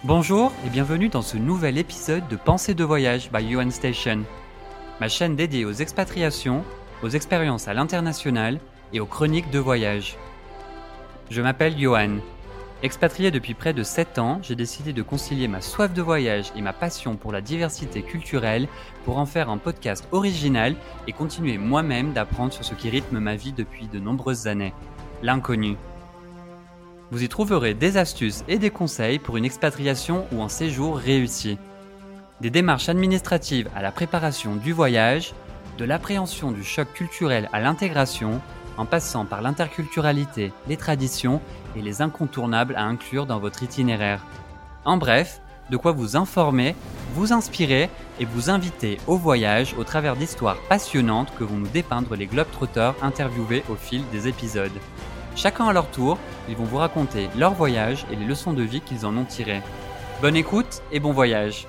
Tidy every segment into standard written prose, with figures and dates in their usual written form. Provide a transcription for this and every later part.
Bonjour et bienvenue dans ce nouvel épisode de Pensée de voyage by Yuan Station, ma chaîne dédiée aux expatriations, aux expériences à l'international et aux chroniques de voyage. Je m'appelle Johan. Expatrié depuis près de 7 ans, j'ai décidé de concilier ma soif de voyage et ma passion pour la diversité culturelle pour en faire un podcast original et continuer moi-même d'apprendre sur ce qui rythme ma vie depuis de nombreuses années, l'inconnu. Vous y trouverez des astuces et des conseils pour une expatriation ou un séjour réussi. Des démarches administratives à la préparation du voyage, de l'appréhension du choc culturel à l'intégration, en passant par l'interculturalité, les traditions et les incontournables à inclure dans votre itinéraire. En bref, de quoi vous informer, vous inspirer et vous inviter au voyage au travers d'histoires passionnantes que vont nous dépeindre les globetrotters interviewés au fil des épisodes. Chacun à leur tour, ils vont vous raconter leur voyage et les leçons de vie qu'ils en ont tirées. Bonne écoute et bon voyage!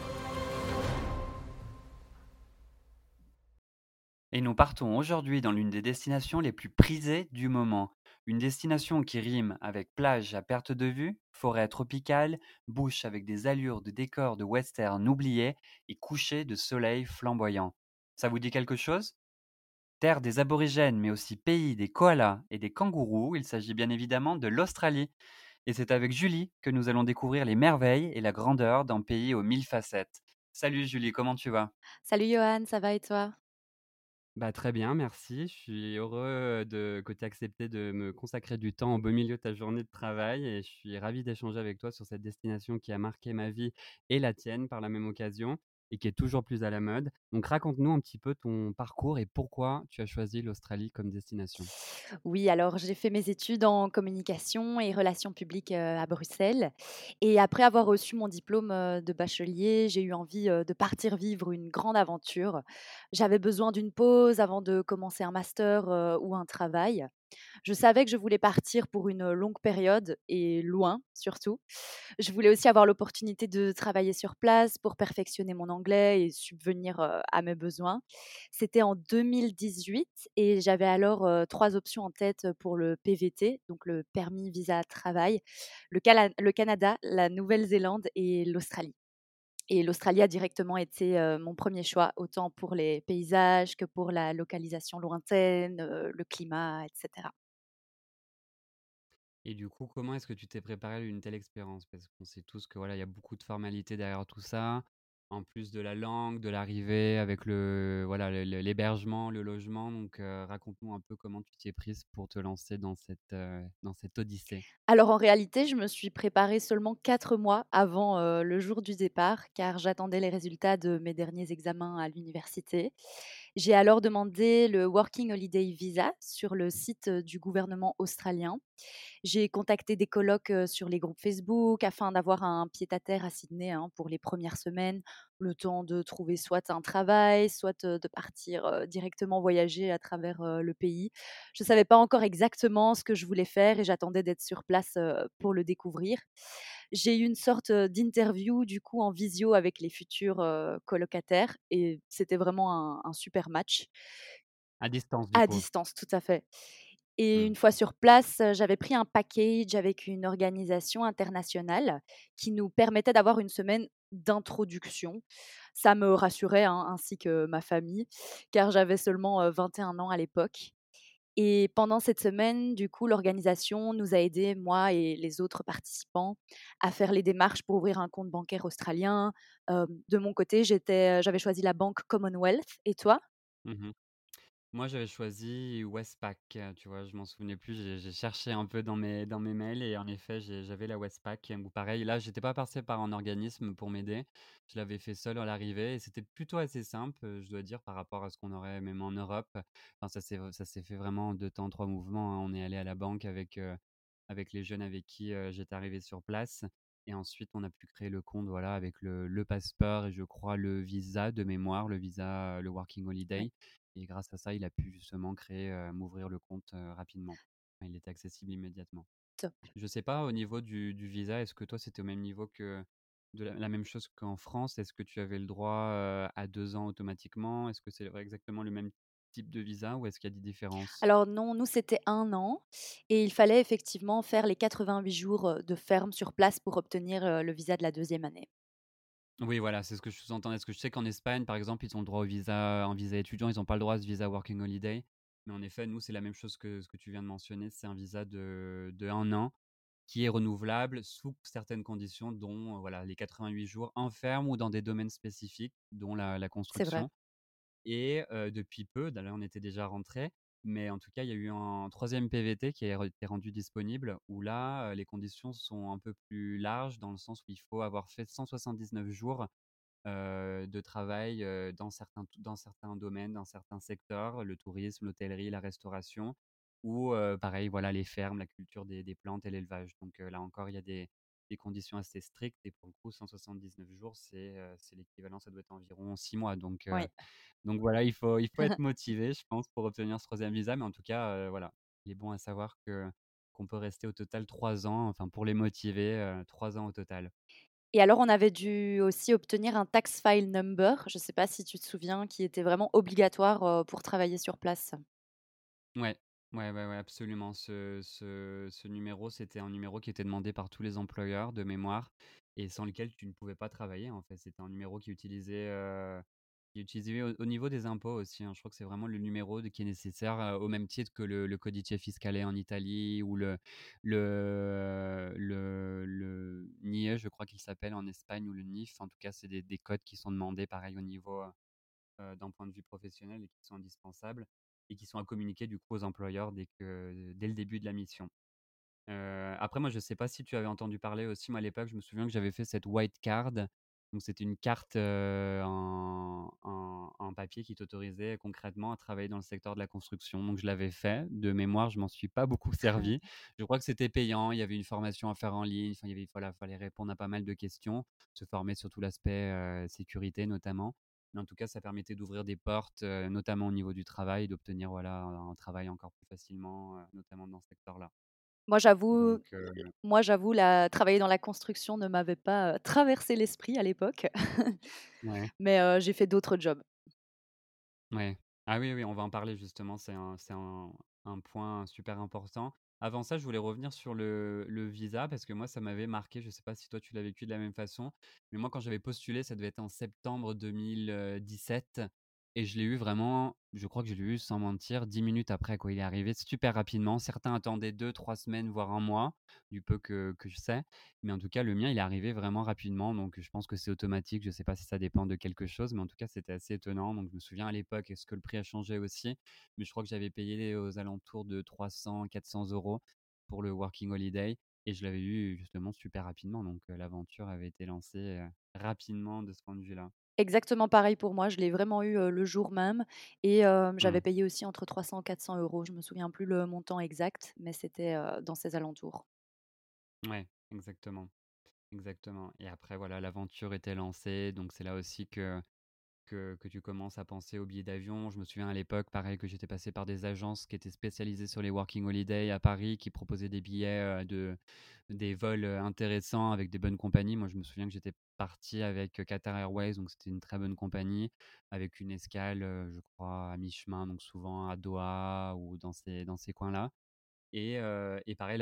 Et nous partons aujourd'hui dans l'une des destinations les plus prisées du moment. Une destination qui rime avec plage à perte de vue, forêt tropicale, bush avec des allures de décors de western oubliés et coucher de soleil flamboyant. Ça vous dit quelque chose? Terre des aborigènes, mais aussi pays des koalas et des kangourous, il s'agit bien évidemment de l'Australie. Et c'est avec Julie que nous allons découvrir les merveilles et la grandeur d'un pays aux mille facettes. Salut Julie, comment tu vas? Salut Johan, ça va et toi? Bah, très bien, merci. Je suis heureux de que tu aies accepté de me consacrer du temps au beau milieu de ta journée de travail et je suis ravi d'échanger avec toi sur cette destination qui a marqué ma vie et la tienne par la même occasion et qui est toujours plus à la mode. Donc raconte-nous un petit peu ton parcours et pourquoi tu as choisi l'Australie comme destination. Oui, alors j'ai fait mes études en communication et relations publiques, à Bruxelles et après avoir reçu mon diplôme, de bachelier, j'ai eu envie, de partir vivre une grande aventure. J'avais besoin d'une pause avant de commencer un master, ou un travail. Je savais que je voulais partir pour une longue période et loin surtout. Je voulais aussi avoir l'opportunité de travailler sur place pour perfectionner mon anglais et subvenir, à mes besoins. C'était en 2018 et j'avais alors, 3 options en tête pour le PVT, donc le permis visa travail, le Canada, la Nouvelle-Zélande et l'Australie. Et l'Australie a directement été, mon premier choix, autant pour les paysages que pour la localisation lointaine, le climat et cetera. Et du coup, comment est-ce que tu t'es préparé à une telle expérience? Parce qu'on sait tous que voilà, il y a beaucoup de formalités derrière tout ça, en plus de la langue, de l'arrivée avec le voilà, l'hébergement, le logement. Donc, raconte-nous un peu comment tu t'y es prise pour te lancer dans cette odyssée. Alors en réalité, je me suis préparée seulement 4 mois avant, le jour du départ, car j'attendais les résultats de mes derniers examens à l'université. J'ai alors demandé le Working Holiday Visa sur le site, du gouvernement australien. J'ai contacté des colocs, sur les groupes Facebook afin d'avoir un pied-à-terre à Sydney, hein, pour les premières semaines, le temps de trouver soit un travail, soit, de partir, directement voyager à travers, le pays. Je ne savais pas encore exactement ce que je voulais faire et j'attendais d'être sur place, pour le découvrir. J'ai eu une sorte, d'interview du coup en visio avec les futurs, colocataires et c'était vraiment un super match. À distance, du À coup. distance, tout à fait. Et Mmh. une fois sur place, j'avais pris un package avec une organisation internationale qui nous permettait d'avoir une semaine d'introduction. Ça me rassurait, hein, ainsi que ma famille, car j'avais seulement, 21 ans à l'époque. Et pendant cette semaine, du coup, l'organisation nous a aidés, moi et les autres participants, à faire les démarches pour ouvrir un compte bancaire australien. De mon côté, j'avais choisi la banque Commonwealth et toi? Mmh. Moi, j'avais choisi Westpac, tu vois? Je m'en souvenais plus, j'ai cherché un peu dans mes mails et en effet, j'avais la Westpac où pareil, là, j'étais pas passé par un organisme pour m'aider. Je l'avais fait seul à l'arrivée et c'était plutôt assez simple, je dois dire, par rapport à ce qu'on aurait même en Europe. Enfin, ça s'est fait vraiment en 2 temps, 3 mouvements, hein. On est allé à la banque avec les jeunes avec qui, j'étais arrivé sur place et ensuite on a pu créer le compte, voilà, avec le passeport et je crois le visa de mémoire, le visa, le working Ouais, holiday. Et grâce à ça, il a pu justement m'ouvrir le compte, rapidement. Enfin, il était accessible immédiatement. top. Je sais pas au niveau du visa, est-ce que toi c'était au même niveau que de la même chose qu'en France? Est-ce que tu avais le droit, à 2 ans automatiquement? Est-ce que c'est exactement le même type de visa ou est-ce qu'il y a des différences? Alors non, nous, c'était 1 an et il fallait effectivement faire les 88 jours, de ferme sur place pour obtenir, le visa de la deuxième année. Oui, voilà, c'est ce que je sous-entendais. Parce que je sais qu'en Espagne, par exemple, ils ont le droit au visa un visa étudiant, ils ont pas le droit à ce visa working holiday. Mais en effet, nous, c'est la même chose que ce que tu viens de mentionner. C'est un visa de 1 an qui est renouvelable sous certaines conditions, dont, voilà, les 88 jours en ferme ou dans des domaines spécifiques, dont la C'est vrai. construction. Et depuis peu, d'ailleurs on était déjà rentrés, mais en tout cas, il y a eu un troisième PVT qui a été rendu disponible où là, les conditions sont un peu plus larges dans le sens où il faut avoir fait 179 jours, de travail, dans certains domaines, dans certains secteurs, le tourisme, l'hôtellerie, la restauration ou pareil, voilà, les fermes, la culture des plantes et l'élevage. Donc là encore, il y a des conditions assez strictes et pour le coup, 179 jours, c'est l'équivalent, ça doit être environ 6 mois. Oui. Donc voilà, il faut être motivé, je pense, pour obtenir ce troisième visa, mais en tout cas, voilà, il est bon à savoir qu'on peut rester au total 3 ans, enfin pour les motivés, 3 ans au total. Et alors, on avait dû aussi obtenir un tax file number, je ne sais pas si tu te souviens, qui était vraiment obligatoire, pour travailler sur place. Ouais, ouais, absolument. Ce numéro, c'était un numéro qui était demandé par tous les employeurs de mémoire et sans lequel tu ne pouvais pas travailler, en fait. C'était un numéro qui est utilisé au niveau des impôts aussi, hein. Je crois que c'est vraiment le numéro qui est nécessaire, au même titre que le codice fiscale en Italie ou le NIE, je crois qu'il s'appelle en Espagne, ou le NIF. En tout cas, c'est des codes qui sont demandés pareil au niveau, d'un point de vue professionnel et qui sont indispensables et qui sont à communiquer du coup aux employeurs dès le début de la mission. Après moi je sais pas si tu avais entendu parler aussi, moi à l'époque je me souviens que j'avais fait cette white card. Donc c'était une carte, en papier qui t'autorisait concrètement à travailler dans le secteur de la construction. Donc je l'avais fait. De mémoire, je m'en suis pas beaucoup servi. Je crois que c'était payant, il y avait une formation à faire en ligne, enfin il y avait voilà, fallait répondre à pas mal de questions, se former sur tout l'aspect, sécurité notamment. Mais en tout cas, ça permettait d'ouvrir des portes, notamment au niveau du travail, d'obtenir voilà, un travail encore plus facilement, notamment dans ce secteur-là. Moi, j'avoue Donc moi, j'avoue, la travailler dans la construction ne m'avait pas, traversé l'esprit à l'époque, ouais, mais j'ai fait d'autres jobs. ouais. Ah oui, oui, on va en parler justement, c'est un point super important. Avant ça, je voulais revenir sur le visa parce que moi, ça m'avait marqué, je ne sais pas si toi tu l'as vécu de la même façon, mais moi quand j'avais postulé, ça devait être en septembre 2017 et je l'ai eu vraiment, je crois que je l'ai eu sans mentir 10 minutes après quoi. Il est arrivé super rapidement. Certains attendaient 2, 3 semaines, voire un mois, du peu que je sais. Mais en tout cas, le mien, il est arrivé vraiment rapidement, donc je pense que c'est automatique. Je ne sais pas si ça dépend de quelque chose, mais en tout cas, c'était assez étonnant. Donc je me souviens à l'époque, est-ce que le prix a changé aussi? Mais je crois que j'avais payé aux alentours de 300-400 € pour le working holiday et je l'avais eu justement super rapidement. Donc l'aventure avait été lancée, rapidement de ce point de vue-là. Exactement pareil pour moi, je l'ai vraiment eu, le jour même et j'avais Mmh. payé aussi entre 300 et 400 €. Je me souviens plus le montant exact, mais c'était, dans ces alentours. Ouais, exactement, exactement et après voilà, l'aventure était lancée, donc c'est là aussi que tu commences à penser aux billets d'avion. Je me souviens à l'époque, pareil, que j'étais passé par des agences qui étaient spécialisées sur les working holiday à Paris, qui proposaient des billets, des vols intéressants avec des bonnes compagnies. Moi, je me souviens que j'étais parti avec Qatar Airways, donc c'était une très bonne compagnie, avec une escale, je crois, à mi-chemin, donc souvent à Doha ou dans ces coins-là. Et pareil,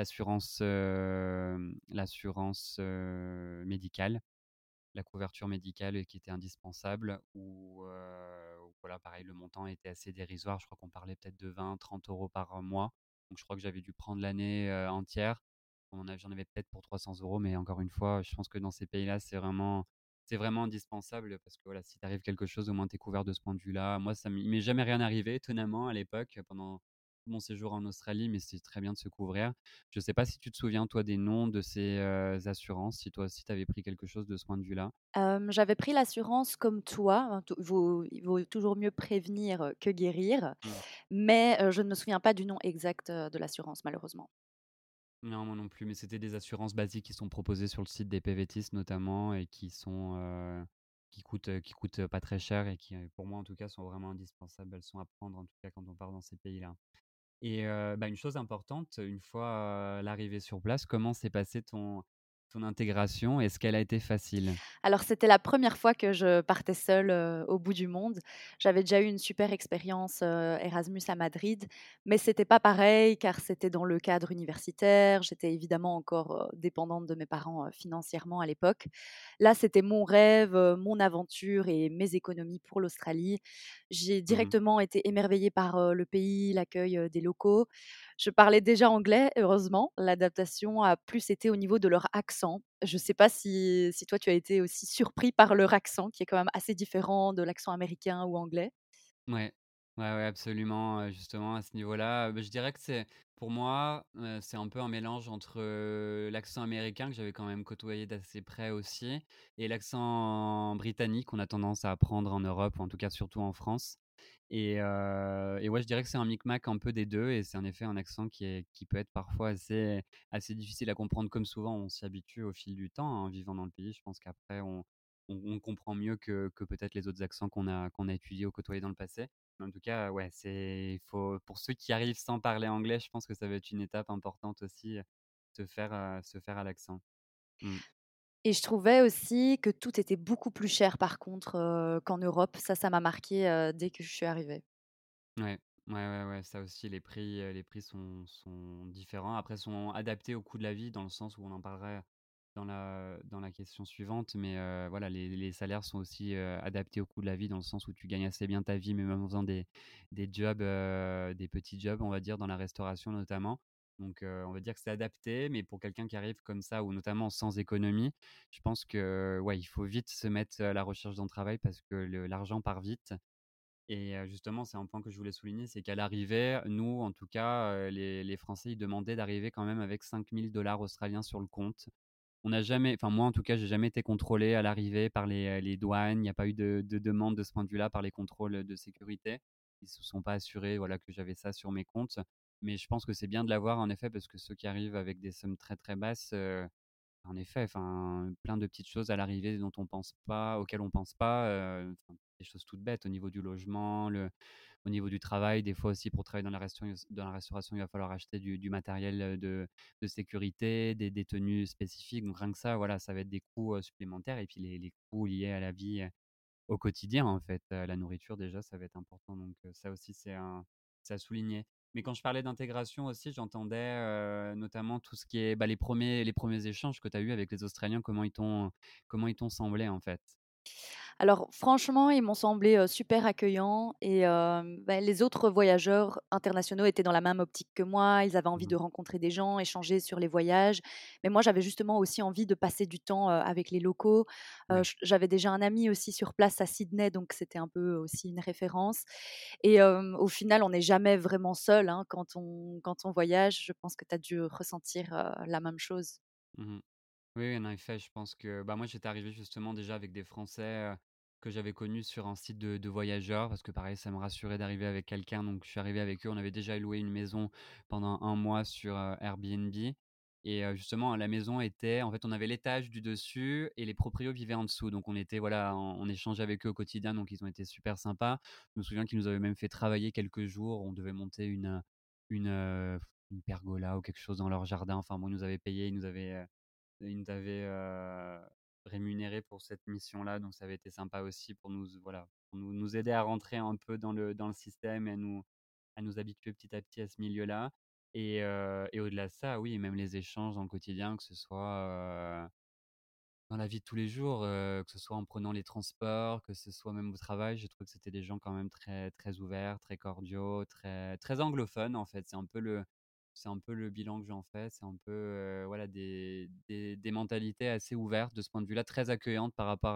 l'assurance médicale, la couverture médicale qui était indispensable où voilà, pareil, le montant était assez dérisoire. Je crois qu'on parlait peut-être de 20-30 € par mois. Donc je crois que j'avais dû prendre l'année, entière. J'en avais peut-être pour 300 €, mais encore une fois, je pense que dans ces pays-là, c'est vraiment indispensable parce que voilà, si t'arrive quelque chose, au moins tu es couvert de ce point de vue-là. Moi, il m'est jamais rien arrivé, étonnamment, à l'époque, pendant tout mon séjour en Australie, mais c'est très bien de se couvrir. Je sais pas si tu te souviens, toi, des noms de ces, assurances, si toi aussi tu avais pris quelque chose de ce point de vue-là? J'avais pris l'assurance comme toi, hein, tou il vaut toujours mieux prévenir, que guérir, Mmh. mais je ne me souviens pas du nom exact, de l'assurance malheureusement. Non, moi non plus, mais c'était des assurances basiques qui sont proposées sur le site des PVTistes notamment et qui coûtent pas très cher et qui, pour moi en tout cas, sont vraiment indispensables. Elles sont à prendre en tout cas quand on part dans ces pays-là. Et bah, une chose importante, une fois, l'arrivée sur place, comment s'est passé ton intégration? Est-ce qu'elle a été facile? Alors, c'était la première fois que je partais seule, au bout du monde. J'avais déjà eu une super expérience, Erasmus à Madrid, mais c'était pas pareil car c'était dans le cadre universitaire. J'étais évidemment encore, dépendante de mes parents, financièrement à l'époque. Là, c'était mon rêve, mon aventure et mes économies pour l'Australie. J'ai Mmh. directement été émerveillée par, le pays, l'accueil, des locaux. Je parlais déjà anglais, heureusement. L'adaptation a plus été au niveau de leur accent. Je ne sais pas si toi tu as été aussi surpris par leur accent qui est quand même assez différent de l'accent américain ou anglais? Ouais. Ouais, ouais, absolument, justement à ce niveau-là, je dirais que c'est pour moi, c'est un peu un mélange entre, l'accent américain que j'avais quand même côtoyé d'assez près aussi et l'accent britannique qu'on a tendance à apprendre en Europe ou en tout cas surtout en France et ouais, je dirais que c'est un micmac un peu des 2 et c'est en effet un accent qui peut être parfois assez difficile à comprendre comme souvent on s'y habitue au fil du temps, hein, en vivant dans le pays. Je pense qu'après on comprend mieux que peut-être les autres accents qu'on a étudiés ou côtoyés dans le passé. Mais en tout cas, ouais, il faut pour ceux qui arrivent sans parler anglais, je pense que ça va être une étape importante aussi, se faire à l'accent. Mmh. Et je trouvais aussi que tout était beaucoup plus cher par contre, qu'en Europe. Ça m'a marqué dès que je suis arrivée. Ouais, ouais, ouais, ouais, ça aussi, les prix sont différents. Après, sont adaptés au coût de la vie, dans le sens où on en parlerait dans la question suivante. Mais voilà, les salaires sont aussi adaptés au coût de la vie, dans le sens où tu gagnes assez bien ta vie, même en faisant des jobs, des petits jobs, on va dire, dans la restauration notamment. Donc, on va dire que c'est adapté, mais pour quelqu'un qui arrive comme ça, ou notamment sans économie, je pense que ouais, il faut vite se mettre à la recherche d'un travail parce que l'argent part vite. Et justement, c'est un point que je voulais souligner, c'est qu'à l'arrivée, nous, en tout cas, les Français, ils demandaient d'arriver quand même avec 5 000 $ australiens sur le compte. On n'a jamais enfin moi, en tout cas, j'ai jamais été contrôlé à l'arrivée par les douanes. Il n'y a pas eu de demande de ce point de vue-là par les contrôles, de sécurité. Ils se sont pas assurés, voilà, que j'avais ça sur mes comptes. Mais je pense que c'est bien de l'avoir en effet parce que ceux qui arrivent avec des sommes très, très basses, en effet, enfin, plein de petites choses à l'arrivée dont on pense pas auxquelles on pense pas, enfin, des choses toutes bêtes au niveau du logement, au niveau du travail. Des fois aussi pour travailler dans la restauration, il va falloir acheter du matériel, de sécurité, des tenues spécifiques. Donc rien que ça, voilà, ça va être des coûts, supplémentaires et puis les coûts liés à la vie, au quotidien, en fait. La nourriture déjà, ça va être important donc ça aussi c'est à souligner. Mais quand je parlais d'intégration aussi, j'entendais, notamment tout ce qui est, bah, les premiers échanges que tu as eus avec les Australiens, comment ils t'ont semblé, en fait? Alors franchement, ils m'ont semblé, super accueillants et les autres voyageurs internationaux étaient dans la même optique que moi. Ils avaient envie Mmh. de rencontrer des gens, échanger sur les voyages. Mais moi, j'avais justement aussi envie de passer du temps, avec les locaux. Ouais. J'avais déjà un ami aussi sur place à Sydney, donc c'était un peu aussi une référence et au final, on n'est jamais vraiment seul, hein, quand on voyage. Je pense que tu as dû ressentir, la même chose. Mmh. Oui, en effet, je pense que bah, moi, j'étais arrivé justement déjà avec des Français, que j'avais connus sur un site de voyageurs parce que pareil, ça me rassurait d'arriver avec quelqu'un, donc je suis arrivé avec eux. On avait déjà loué une maison pendant un mois sur, Airbnb et justement, la maison était en fait, on avait l'étage du dessus et les proprios vivaient en dessous, donc on était voilà, on échangeait avec eux au quotidien, donc ils ont été super sympas. Je me souviens qu'ils nous avaient même fait travailler quelques jours. On devait monter une, heu, une pergola ou quelque chose dans leur jardin. Enfin bon, ils nous avaient payé, ils nous avaient rémunérés pour cette mission-là, donc ça avait été sympa aussi pour nous voilà, pour nous aider à rentrer un peu dans le système et à nous habituer petit à petit à ce milieu-là et au-delà de ça, oui, même les échanges dans le quotidien, que ce soit, dans la vie de tous les jours, que ce soit en prenant les transports, que ce soit même au travail, j'ai trouvé que c'était des gens quand même très très ouverts, très cordiaux, très très anglophones, en fait. C'est un peu le bilan que j'en fais. C'est un peu, voilà, des mentalités assez ouvertes de ce point de vue-là, très accueillantes par rapport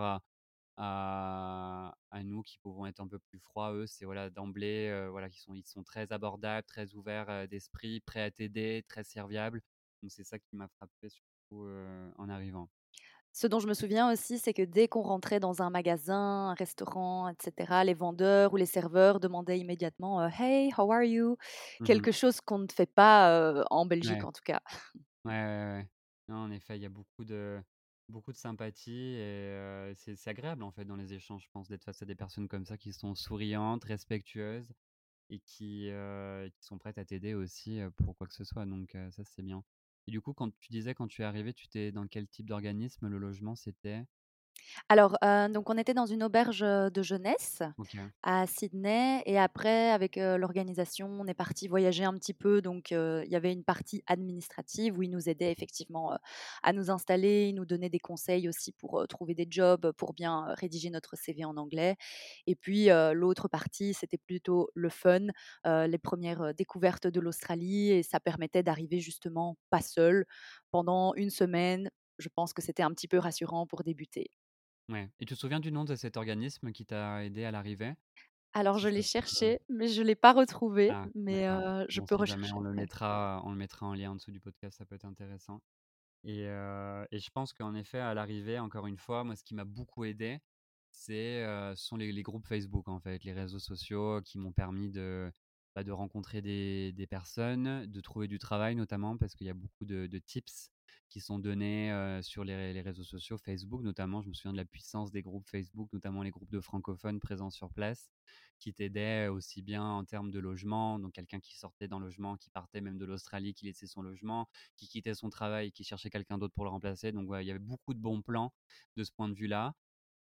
à nous qui pouvons être un peu plus froids. Eux, c'est voilà, d'emblée, voilà, ils sont très abordables, très ouverts, d'esprit, prêts à t'aider, très serviables. Donc c'est ça qui m'a frappé surtout, en arrivant. Ce dont je me souviens aussi, c'est que dès qu'on rentrait dans un magasin, un restaurant, et cetera, les vendeurs ou les serveurs demandaient immédiatement, «Hey, how are you?» Mmh. Quelque chose qu'on ne fait pas, en Belgique Ouais. en tout cas. Ouais, ouais, ouais. Non, en effet, il y a beaucoup de sympathie et c'est agréable, en fait, dans les échanges, je pense, d'être face à des personnes comme ça qui sont souriantes, respectueuses et qui sont prêtes à t'aider aussi, pour quoi que ce soit donc ça, c'est bien. Et du coup, quand tu disais quand tu es arrivé, tu étais dans quel type d'organisme? Le logement, c'était? Alors, donc on était dans une auberge, de jeunesse OK, à Sydney et après avec, l'organisation, on est parti voyager un petit peu donc il y avait une partie administrative où ils nous aidaient effectivement, à nous installer. Ils nous donnaient des conseils aussi pour, trouver des jobs, pour bien, rédiger notre CV en anglais et puis, l'autre partie, c'était plutôt le fun, les premières res découvertes de l'Australie et ça permettait d'arriver justement pas seul pendant une semaine. Je pense que c'était un petit peu rassurant pour débuter. ouais. Et tu te souviens du nom de cet organisme qui t'a aidé à l'arrivée? Alors Si je ça l'ai peut cherché, mais je l'ai pas retrouvé, Ah, mais d'accord. je Bon, peux si jamais rechercher après. on le mettra en lien en dessous du podcast, ça peut être intéressant. Et je pense qu'en effet, à l'arrivée, encore une fois, moi, ce qui m'a beaucoup aidé, ce sont les groupes Facebook, en fait, les réseaux sociaux qui m'ont permis de rencontrer des personnes, de trouver du travail notamment, parce qu'il y a beaucoup de tips qui sont donnés sur les réseaux sociaux, Facebook notamment. Je me souviens de la puissance des groupes Facebook, notamment les groupes de francophones présents sur place, qui t'aidaient aussi bien en termes de logement, donc quelqu'un qui sortait d'un logement, qui partait même de l'Australie, qui laissait son logement, qui quittait son travail, qui cherchait quelqu'un d'autre pour le remplacer. Donc ouais, il y avait beaucoup de bons plans de ce point de vue-là.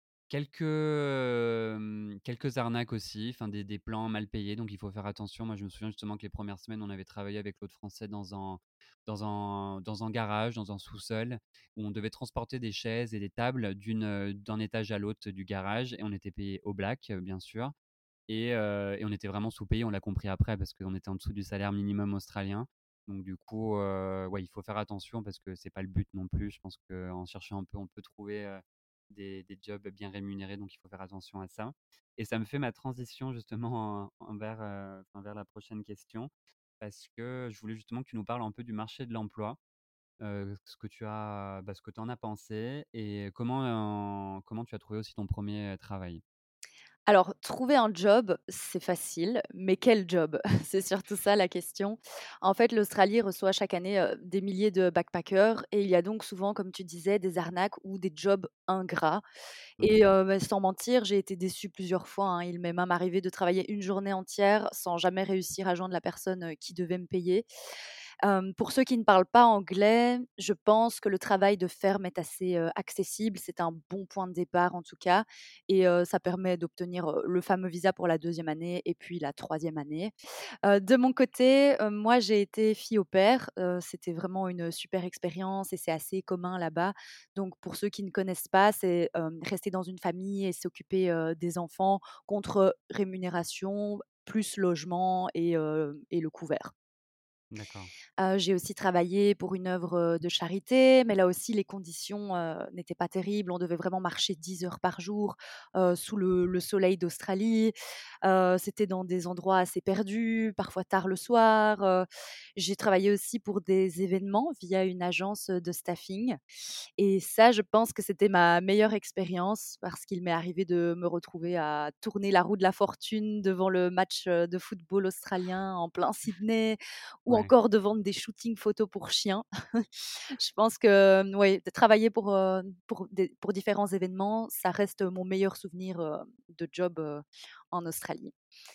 Quelques arnaques aussi, enfin des plans mal payés, donc il faut faire attention. Moi, je me souviens justement que les premières semaines, on avait travaillé avec l'autre français dans un garage, dans un sous-sol, où on devait transporter des chaises et des tables d'un étage à l'autre du garage, et on était payé au black, bien sûr. Et on était vraiment sous-payé, on l'a compris après parce qu'on était en dessous du salaire minimum australien. Donc du coup, ouais, il faut faire attention parce que c'est pas le but non plus. Je pense qu'en cherchant un peu, on peut trouver des jobs bien rémunérés, donc il faut faire attention à ça. Et ça me fait ma transition justement vers la prochaine question parce que je voulais justement que tu nous parles un peu du marché de l'emploi, ce que tu en as pensé et comment tu as trouvé aussi ton premier travail. Alors trouver un job, c'est facile, mais quel job? C'est surtout ça la question. En fait, l'Australie reçoit chaque année, des milliers de backpackers et il y a donc souvent, comme tu disais, des arnaques ou des jobs ingrats et Ok, sans mentir, j'ai été déçue plusieurs fois, hein. Il m'est même arrivé de travailler une journée entière sans jamais réussir à joindre la personne, qui devait me payer. Pour ceux qui ne parlent pas anglais, je pense que le travail de ferme est assez, accessible. C'est un bon point de départ en tout cas et ça permet d'obtenir, le fameux visa pour la deuxième année et puis la troisième année. De mon côté, moi j'ai été fille au pair, c'était vraiment une super expérience et c'est assez commun là-bas. Donc pour ceux qui ne connaissent pas, c'est, rester dans une famille et s'occuper, des enfants contre rémunération, plus logement et le couvert. d'accord. J'ai aussi travaillé pour une œuvre, de charité, mais là aussi les conditions, n'étaient pas terribles. On devait vraiment marcher 10 heures par jour, sous le soleil d'Australie. C'était dans des endroits assez perdus, parfois tard le soir. J'ai travaillé aussi pour des événements via une agence, de staffing et ça, je pense que c'était ma meilleure expérience parce qu'il m'est arrivé de me retrouver à tourner la roue de la fortune devant le match, de football australien en plein Sydney ou Ouais. encore de vendre des shootings photos pour chiens. Je pense que, ouais, de travailler pour différents événements, ça reste mon meilleur souvenir, de job, en Australie.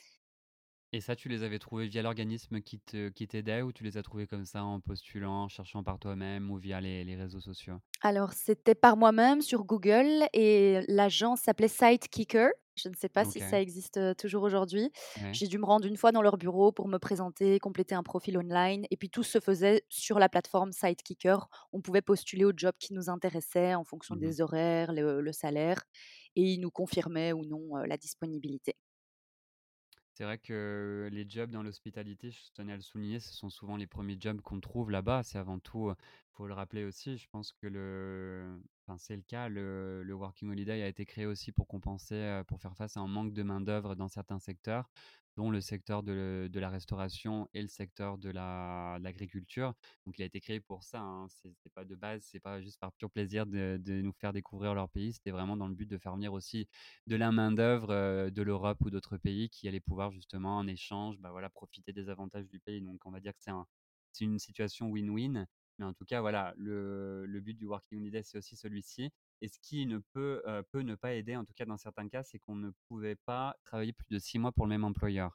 Et ça, tu les avais trouvés via l'organisme qui t'aidait ou tu les as trouvés comme ça en postulant, en cherchant par toi-même ou via les réseaux sociaux? Alors, c'était par moi-même sur Google et l'agence s'appelait Sidekicker. Je ne sais pas si OK, ça existe, toujours aujourd'hui. ouais. J'ai dû me rendre une fois dans leur bureau pour me présenter, compléter un profil online et puis tout se faisait sur la plateforme Sidekicker. On pouvait postuler au job qui nous intéressait en fonction Mmh. des horaires, le salaire et ils nous confirmaient ou non, la disponibilité. C'est vrai que les jobs dans l'hospitalité, je tenais à le souligner, ce sont souvent les premiers jobs qu'on trouve là-bas. C'est avant tout, faut le rappeler aussi, je pense que c'est le cas, le working holiday a été créé aussi pour compenser, pour faire face à un manque de main-d'œuvre dans certains secteurs, dont le secteur de la restauration et le secteur de l'agriculture. Donc il a été créé pour ça, hein. C'est pas de base, c'est pas juste par pur plaisir de nous faire découvrir leur pays, c'était vraiment dans le but de faire venir aussi de la main-d'œuvre de l'Europe ou d'autres pays qui allaient pouvoir justement en échange bah, voilà, profiter des avantages du pays. Donc on va dire que c'est une situation win-win. Mais en tout cas, voilà, le but du Working Holiday, c'est aussi celui-ci. Et ce qui peut ne pas aider, en tout cas dans certains cas, c'est qu'on ne pouvait pas travailler plus de 6 mois pour le même employeur.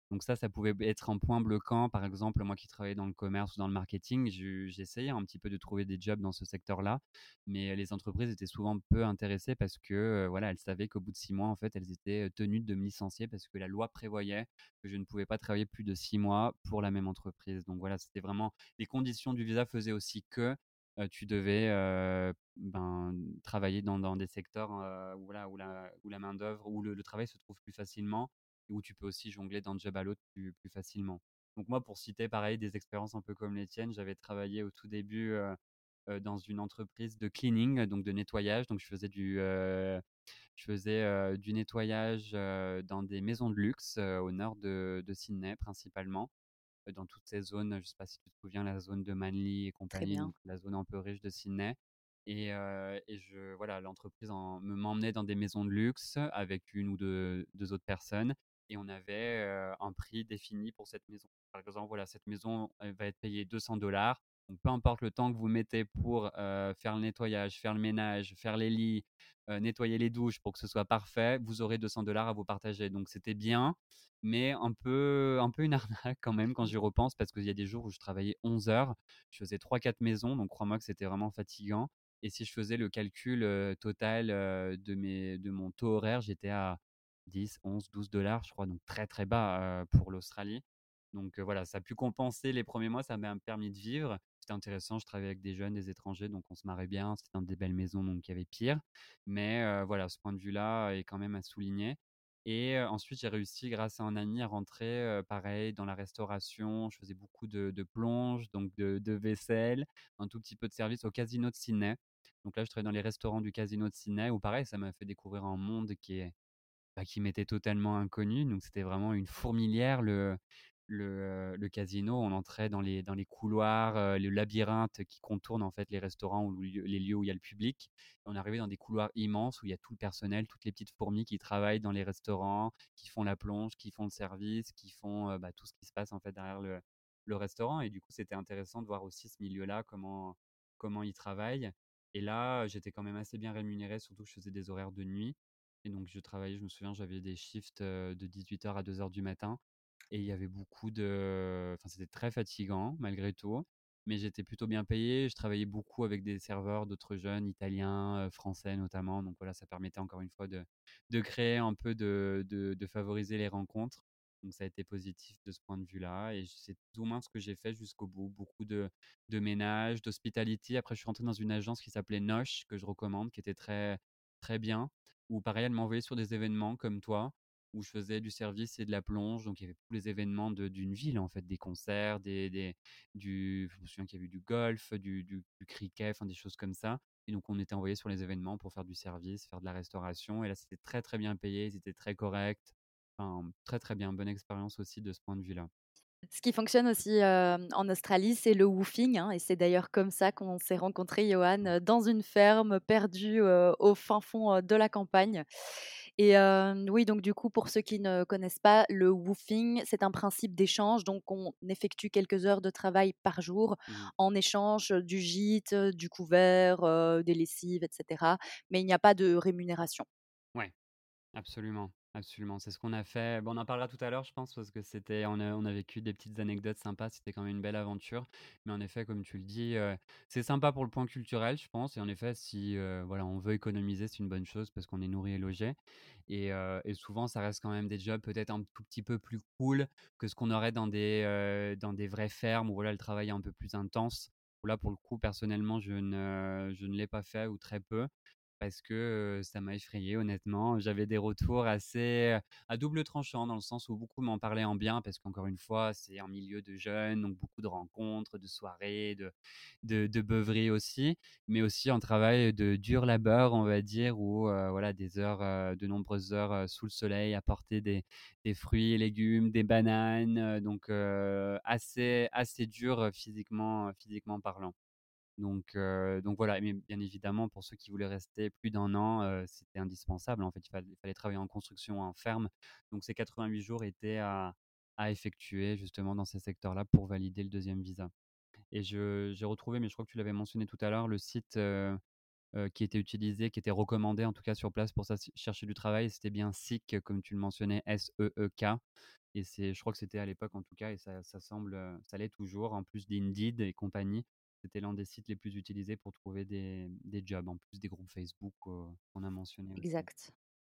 Donc ça pouvait être un point bloquant. Par exemple, moi qui travaillais dans le commerce ou dans le marketing, j'essayais un petit peu de trouver des jobs dans ce secteur-là, mais les entreprises étaient souvent peu intéressées parce que, voilà, elles savaient qu'au bout de 6 mois, en fait, elles étaient, tenues de me licencier parce que la loi prévoyait que je ne pouvais pas travailler plus de 6 mois pour la même entreprise. Donc voilà, c'était vraiment les conditions du visa faisaient aussi que, tu devais, ben, travailler dans des secteurs, où voilà, où la main-d'œuvre, où le travail se trouve plus facilement et où tu peux aussi jongler d'un job à l'autre plus facilement. Donc moi, pour citer pareil des expériences un peu comme les tiennes, j'avais travaillé au tout début, dans une entreprise de cleaning, donc de nettoyage. Donc je faisais du nettoyage, dans des maisons de luxe, au nord de Sydney principalement, dans toutes ces zones, je ne sais pas si tu te souviens, la zone de Manly et Très compagnie, bien. donc la zone un peu riche de Sydney. Voilà, l'entreprise m'emmenait dans des maisons de luxe avec une ou deux autres personnes et on avait un prix défini pour cette maison. Par exemple, voilà, cette maison elle va être payée 200 $. Donc, peu importe le temps que vous mettez pour faire le nettoyage, faire le ménage, faire les lits, nettoyer les douches pour que ce soit parfait, vous aurez 200 $ à vous partager. Donc, c'était bien, mais un peu une arnaque quand même quand j'y repense parce qu'il y a des jours où je travaillais 11 heures, je faisais 3-4 maisons, donc crois-moi que c'était vraiment fatigant. Et si je faisais le calcul total de mon taux horaire, j'étais à 10, 11, 12 $, je crois, donc très très bas pour l'Australie. Donc voilà, ça a pu compenser les premiers mois, ça m'a permis de vivre. C'était intéressant, je travaillais avec des jeunes, des étrangers, donc on se marrait bien. C'était dans des belles maisons, donc il y avait pire. Mais voilà, ce point de vue-là est quand même à souligner. Et ensuite, j'ai réussi, grâce à un ami, à rentrer, pareil, dans la restauration. Je faisais beaucoup de plonges, donc de vaisselle, un tout petit peu de service au casino de Sydney. Donc là, je travaillais dans les restaurants du casino de Sydney où pareil, ça m'a fait découvrir un monde qui m'était totalement inconnu. Donc c'était vraiment une fourmilière le casino. On entrait dans les couloirs, le labyrinthe qui contourne en fait les restaurants ou les lieux où il y a le public. On arrivait dans des couloirs immenses où il y a tout le personnel, toutes les petites fourmis qui travaillent dans les restaurants, qui font la plonge, qui font le service, qui font, tout ce qui se passe en fait derrière le restaurant. Et du coup, c'était intéressant de voir aussi ce milieu-là, comment ils travaillent. Et là, j'étais quand même assez bien rémunéré, surtout que je faisais des horaires de nuit. Et donc, je travaillais, je me souviens, j'avais des shifts de 18 h à 2 h du matin. Et il y avait enfin, c'était très fatigant malgré tout, mais j'étais plutôt bien payé. Je travaillais beaucoup avec des serveurs d'autres jeunes, italiens, français notamment. Donc voilà, ça permettait encore une fois de créer un peu, de favoriser les rencontres. Donc ça a été positif de ce point de vue-là. Et c'est tout au moins ce que j'ai fait jusqu'au bout. Beaucoup de ménage, d'hospitality. Après, je suis rentré dans une agence qui s'appelait Noche, que je recommande, qui était très, très bien. Où pareil, elle m'envoyait sur des événements comme toi où je faisais du service et de la plonge. Donc, il y avait tous les événements d'une ville, en fait, des concerts, je me souviens qu'il y avait eu du golf, du cricket, enfin, des choses comme ça. Et donc, on était envoyé sur les événements pour faire du service, faire de la restauration. Et là, c'était très, très bien payé, ils étaient très corrects. Enfin, très, très bien. Bonne expérience aussi de ce point de vue-là. Ce qui fonctionne aussi, en Australie, c'est le woofing, hein, et c'est d'ailleurs comme ça qu'on s'est rencontrés, Johan, dans une ferme perdue, au fin fond, de la campagne. Et oui, donc du coup, pour ceux qui ne connaissent pas, le woofing, c'est un principe d'échange. Donc on effectue quelques heures de travail par jour Mhm. en échange du gîte, du couvert, des lessives et cetera. Mais il n'y a pas de rémunération. Ouais. Absolument, absolument. C'est ce qu'on a fait. Bon, on en parlera tout à l'heure, je pense, parce que on a vécu des petites anecdotes sympas. C'était quand même une belle aventure. Mais en effet, comme tu le dis, c'est sympa pour le point culturel, je pense. Et en effet, si voilà, on veut économiser, c'est une bonne chose parce qu'on est nourri et logé. Et souvent, ça reste quand même des jobs peut-être un tout petit peu plus cool que ce qu'on aurait dans des vraies fermes où voilà, le travail est un peu plus intense. Où là, pour le coup, personnellement, je ne l'ai pas fait ou très peu parce que, ça m'a effrayé honnêtement. J'avais des retours assez, à double tranchant dans le sens où beaucoup m'en parlaient en bien parce qu'encore une fois, c'est un milieu de jeunes, donc beaucoup de rencontres, de soirées, de beuveries aussi, mais aussi un travail de dur labeur, on va dire, où, voilà, de nombreuses heures, sous le soleil à porter des fruits et légumes, des bananes, donc assez dur, physiquement parlant. Donc voilà, mais bien évidemment, pour ceux qui voulaient rester plus d'un an, c'était indispensable. En fait, il fallait travailler en construction, en ferme. Donc ces 88 jours étaient à effectuer justement dans ces secteurs-là pour valider le deuxième visa. Et j'ai retrouvé, mais je crois que tu l'avais mentionné tout à l'heure, le site, qui était utilisé, qui était recommandé en tout cas sur place pour ça chercher du travail. C'était bien Seek, comme tu le mentionnais, SEEK. Et je crois que c'était à l'époque en tout cas, et ça semble, ça l'est toujours, en plus d'Indeed et compagnie. C'était l'un des sites les plus utilisés pour trouver des jobs, en plus des groupes Facebook qu'on a mentionnés aussi. Exact.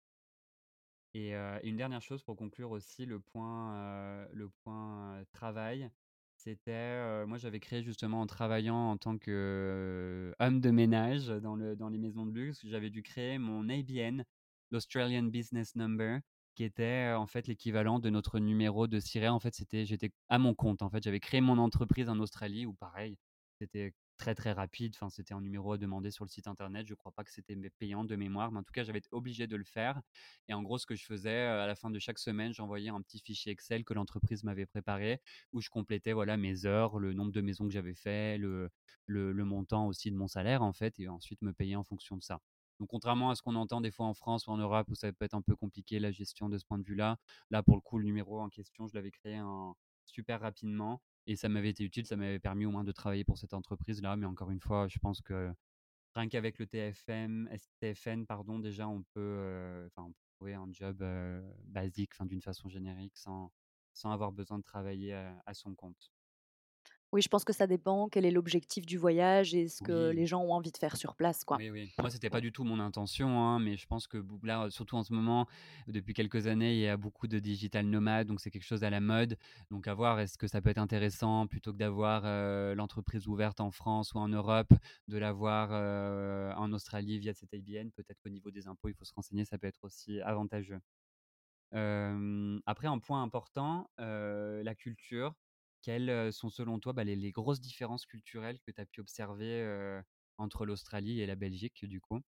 Et une dernière chose pour conclure aussi, le point, travail, c'était, moi j'avais créé justement en travaillant en tant que, homme de ménage dans les maisons de luxe, j'avais dû créer mon ABN, l'Australian Business Number, qui était, en fait l'équivalent de notre numéro de SIRET. En fait, j'étais à mon compte, en fait. J'avais créé mon entreprise en Australie où pareil, c'était très, très rapide, enfin, c'était un numéro à demander sur le site internet. Je crois pas que c'était payant de mémoire, mais en tout cas, j'avais été obligé de le faire. Et en gros, ce que je faisais, à la fin de chaque semaine, j'envoyais un petit fichier Excel que l'entreprise m'avait préparé, où je complétais voilà, mes heures, le nombre de maisons que j'avais fait, le montant aussi de mon salaire, en fait, et ensuite me payer en fonction de ça. Donc, contrairement à ce qu'on entend des fois en France ou en Europe, où ça peut être un peu compliqué la gestion de ce point de vue-là, là, pour le coup, le numéro en question, je l'avais créé super rapidement et ça m'avait été utile, ça m'avait permis au moins de travailler pour cette entreprise-là. Mais encore une fois, je pense que rien qu'avec le TFN, pardon, déjà on peut trouver un job basique, enfin, d'une façon générique, sans avoir besoin de travailler à son compte. Oui, je pense que ça dépend quel est l'objectif du voyage et ce que Oui, les gens ont envie de faire sur place, quoi. oui, oui. Moi, c'était pas du tout mon intention, hein, mais je pense que là, surtout en ce moment, depuis quelques années, il y a beaucoup de digital nomades, donc c'est quelque chose à la mode. Donc à voir, est-ce que ça peut être intéressant plutôt que d'avoir l'entreprise ouverte en France ou en Europe, de l'avoir en Australie via cet ABN. Peut-être qu'au niveau des impôts, il faut se renseigner, ça peut être aussi avantageux. Après, un point important, la culture. Quelles sont selon toi les grosses différences culturelles que tu as pu observer entre l'Australie et la Belgique, du coup?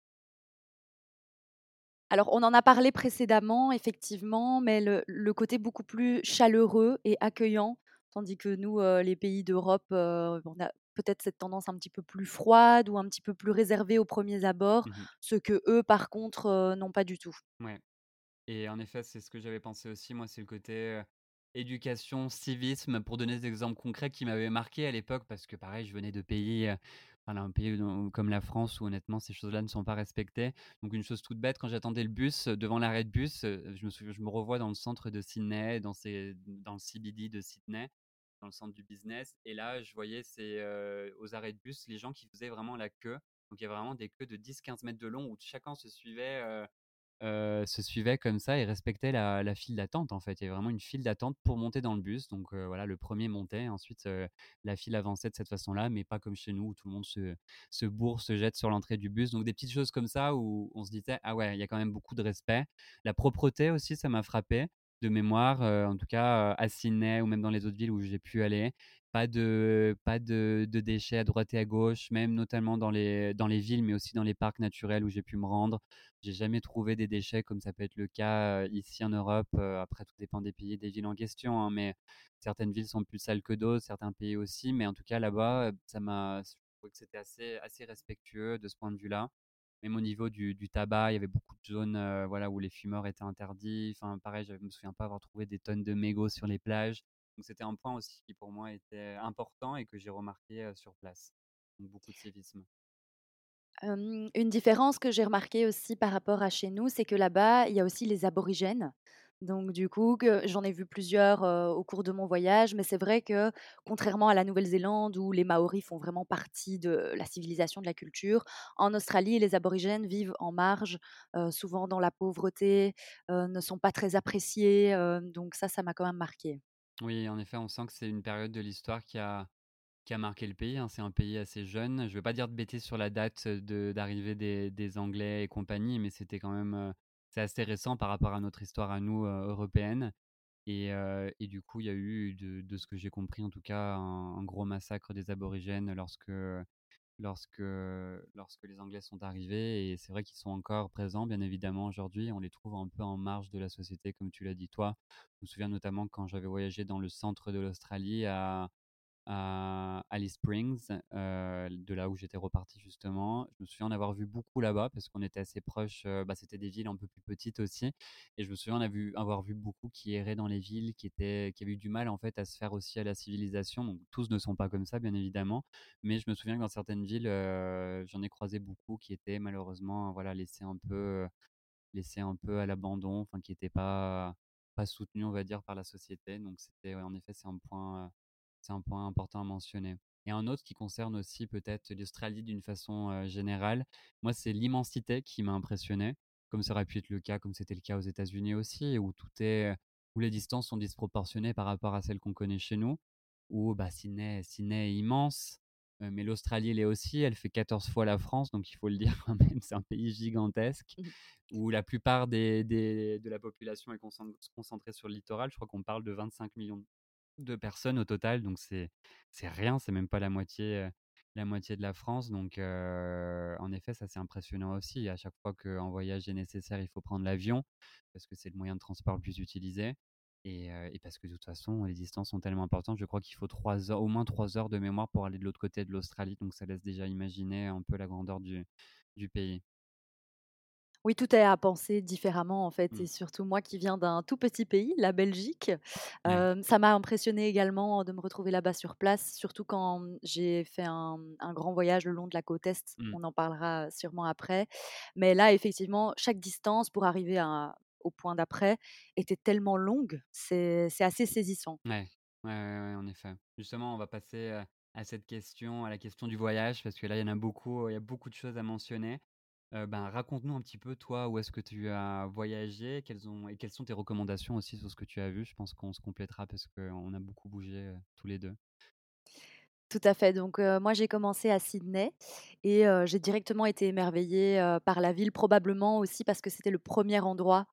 Alors, on en a parlé précédemment, effectivement, mais le côté beaucoup plus chaleureux et accueillant, tandis que nous, les pays d'Europe, on a peut-être cette tendance un petit peu plus froide ou un petit peu plus réservée aux premiers abords, Mmh. ce que eux, par contre, n'ont pas du tout. Ouais. Et en effet, c'est ce que j'avais pensé aussi. Moi, c'est le côté, éducation, civisme, pour donner des exemples concrets qui m'avaient marqué à l'époque parce que pareil, je venais de pays, enfin un pays comme la France où honnêtement ces choses-là ne sont pas respectées. Donc une chose toute bête, quand j'attendais le bus, devant l'arrêt de bus, je me revois dans le centre de Sydney, dans le CBD de Sydney, dans le centre du business, et là, je voyais aux arrêts de bus, les gens qui faisaient vraiment la queue. Donc il y avait vraiment des queues de 10-15 mètres de long où chacun se suivaient comme ça et respectaient la file d'attente, en fait. Il y avait vraiment une file d'attente pour monter dans le bus. Donc voilà, le premier montait, ensuite la file avançait de cette façon-là, mais pas comme chez nous où tout le monde se bourre, se jette sur l'entrée du bus. Donc des petites choses comme ça où on se disait, ah ouais, il y a quand même beaucoup de respect. La propreté aussi, ça m'a frappé. De mémoire, en tout cas à Sydney ou même dans les autres villes où j'ai pu aller, pas de déchets à droite et à gauche, même notamment dans les villes, mais aussi dans les parcs naturels où j'ai pu me rendre. J'ai jamais trouvé des déchets comme ça peut être le cas, ici en Europe, après tout dépend des pays et des villes en question, hein, mais certaines villes sont plus sales que d'autres, certains pays aussi, mais en tout cas là-bas, je trouvais que c'était assez respectueux de ce point de vue-là. Même au niveau du tabac, il y avait beaucoup de zones, voilà, où les fumeurs étaient interdits. Enfin pareil, je me souviens pas avoir trouvé des tonnes de mégots sur les plages. Donc c'était un point aussi qui pour moi était important et que j'ai remarqué, sur place. Donc beaucoup de civisme. Une différence que j'ai remarquée aussi par rapport à chez nous, c'est que là-bas, il y a aussi les aborigènes. Donc du coup, que j'en ai vu plusieurs, au cours de mon voyage, mais c'est vrai que contrairement à la Nouvelle-Zélande où les Maoris font vraiment partie de la civilisation, de la culture, en Australie, les aborigènes vivent en marge, souvent dans la pauvreté, ne sont pas très appréciés, donc ça m'a quand même marquée. Oui, en effet, on sent que c'est une période de l'histoire qui a marqué le pays, hein. C'est un pays assez jeune. Je ne vais pas dire de bêtises sur la date d'arrivée des Anglais et compagnie, mais c'était quand même c'est assez récent par rapport à notre histoire à nous, européenne. Et du coup, il y a eu, de ce que j'ai compris en tout cas, un gros massacre des aborigènes lorsque, lorsque les Anglais sont arrivés. Et c'est vrai qu'ils sont encore présents, bien évidemment, aujourd'hui. On les trouve un peu en marge de la société, comme tu l'as dit toi. Je me souviens notamment quand j'avais voyagé dans le centre de l'Australie à Alice Springs, de là où j'étais reparti justement. Je me souviens en avoir vu beaucoup là-bas parce qu'on était assez proches, c'était des villes un peu plus petites aussi et je me souviens avoir vu beaucoup qui erraient dans les villes, qui avaient eu du mal en fait à se faire aussi à la civilisation. Donc tous ne sont pas comme ça bien évidemment, mais je me souviens que dans certaines villes, j'en ai croisé beaucoup qui étaient malheureusement, voilà, laissés un peu à l'abandon, enfin qui n'étaient pas soutenus, on va dire, par la société. Donc c'était ouais, en effet, c'est un point important à mentionner. Et un autre qui concerne aussi peut-être l'Australie d'une façon générale, moi, c'est l'immensité qui m'a impressionné, comme ça aurait pu être le cas, comme c'était le cas aux États-Unis aussi, où les distances sont disproportionnées par rapport à celles qu'on connaît chez nous, où bah, Sydney est immense, mais l'Australie l'est aussi, elle fait 14 fois la France, donc il faut le dire quand même, c'est un pays gigantesque où la plupart de la population est concentrée sur le littoral. Je crois qu'on parle de 25 millions de personnes au total, donc c'est rien, c'est même pas la moitié de la France. Donc, en effet, ça c'est impressionnant aussi. À chaque fois qu'un voyage est nécessaire, il faut prendre l'avion parce que c'est le moyen de transport le plus utilisé. Et parce que de toute façon, les distances sont tellement importantes. Je crois qu'il faut 3 heures, au moins 3 heures de mémoire pour aller de l'autre côté de l'Australie. Donc, ça laisse déjà imaginer un peu la grandeur du pays. Oui, tout est à penser différemment en fait Mm. et surtout moi qui viens d'un tout petit pays, la Belgique, Ouais. ça m'a impressionnée également de me retrouver là-bas sur place, surtout quand, j'ai fait un grand voyage le long de la côte est. Mm. On en parlera sûrement après. Mais là, effectivement, chaque distance pour arriver au point d'après était tellement longue, c'est assez saisissant. Ouais. Ouais, en effet. Justement, on va passer, à cette question, à la question du voyage, parce que là, il y a beaucoup de choses à mentionner. Raconte-nous un petit peu, toi, où est-ce que tu as voyagé? Quelles sont tes recommandations aussi sur ce que tu as vu? Je pense qu'on se complétera parce qu'on a beaucoup bougé, tous les 2. Tout à fait. Donc, moi, j'ai commencé à Sydney et j'ai directement été émerveillée, par la ville, probablement aussi parce que c'était le premier endroit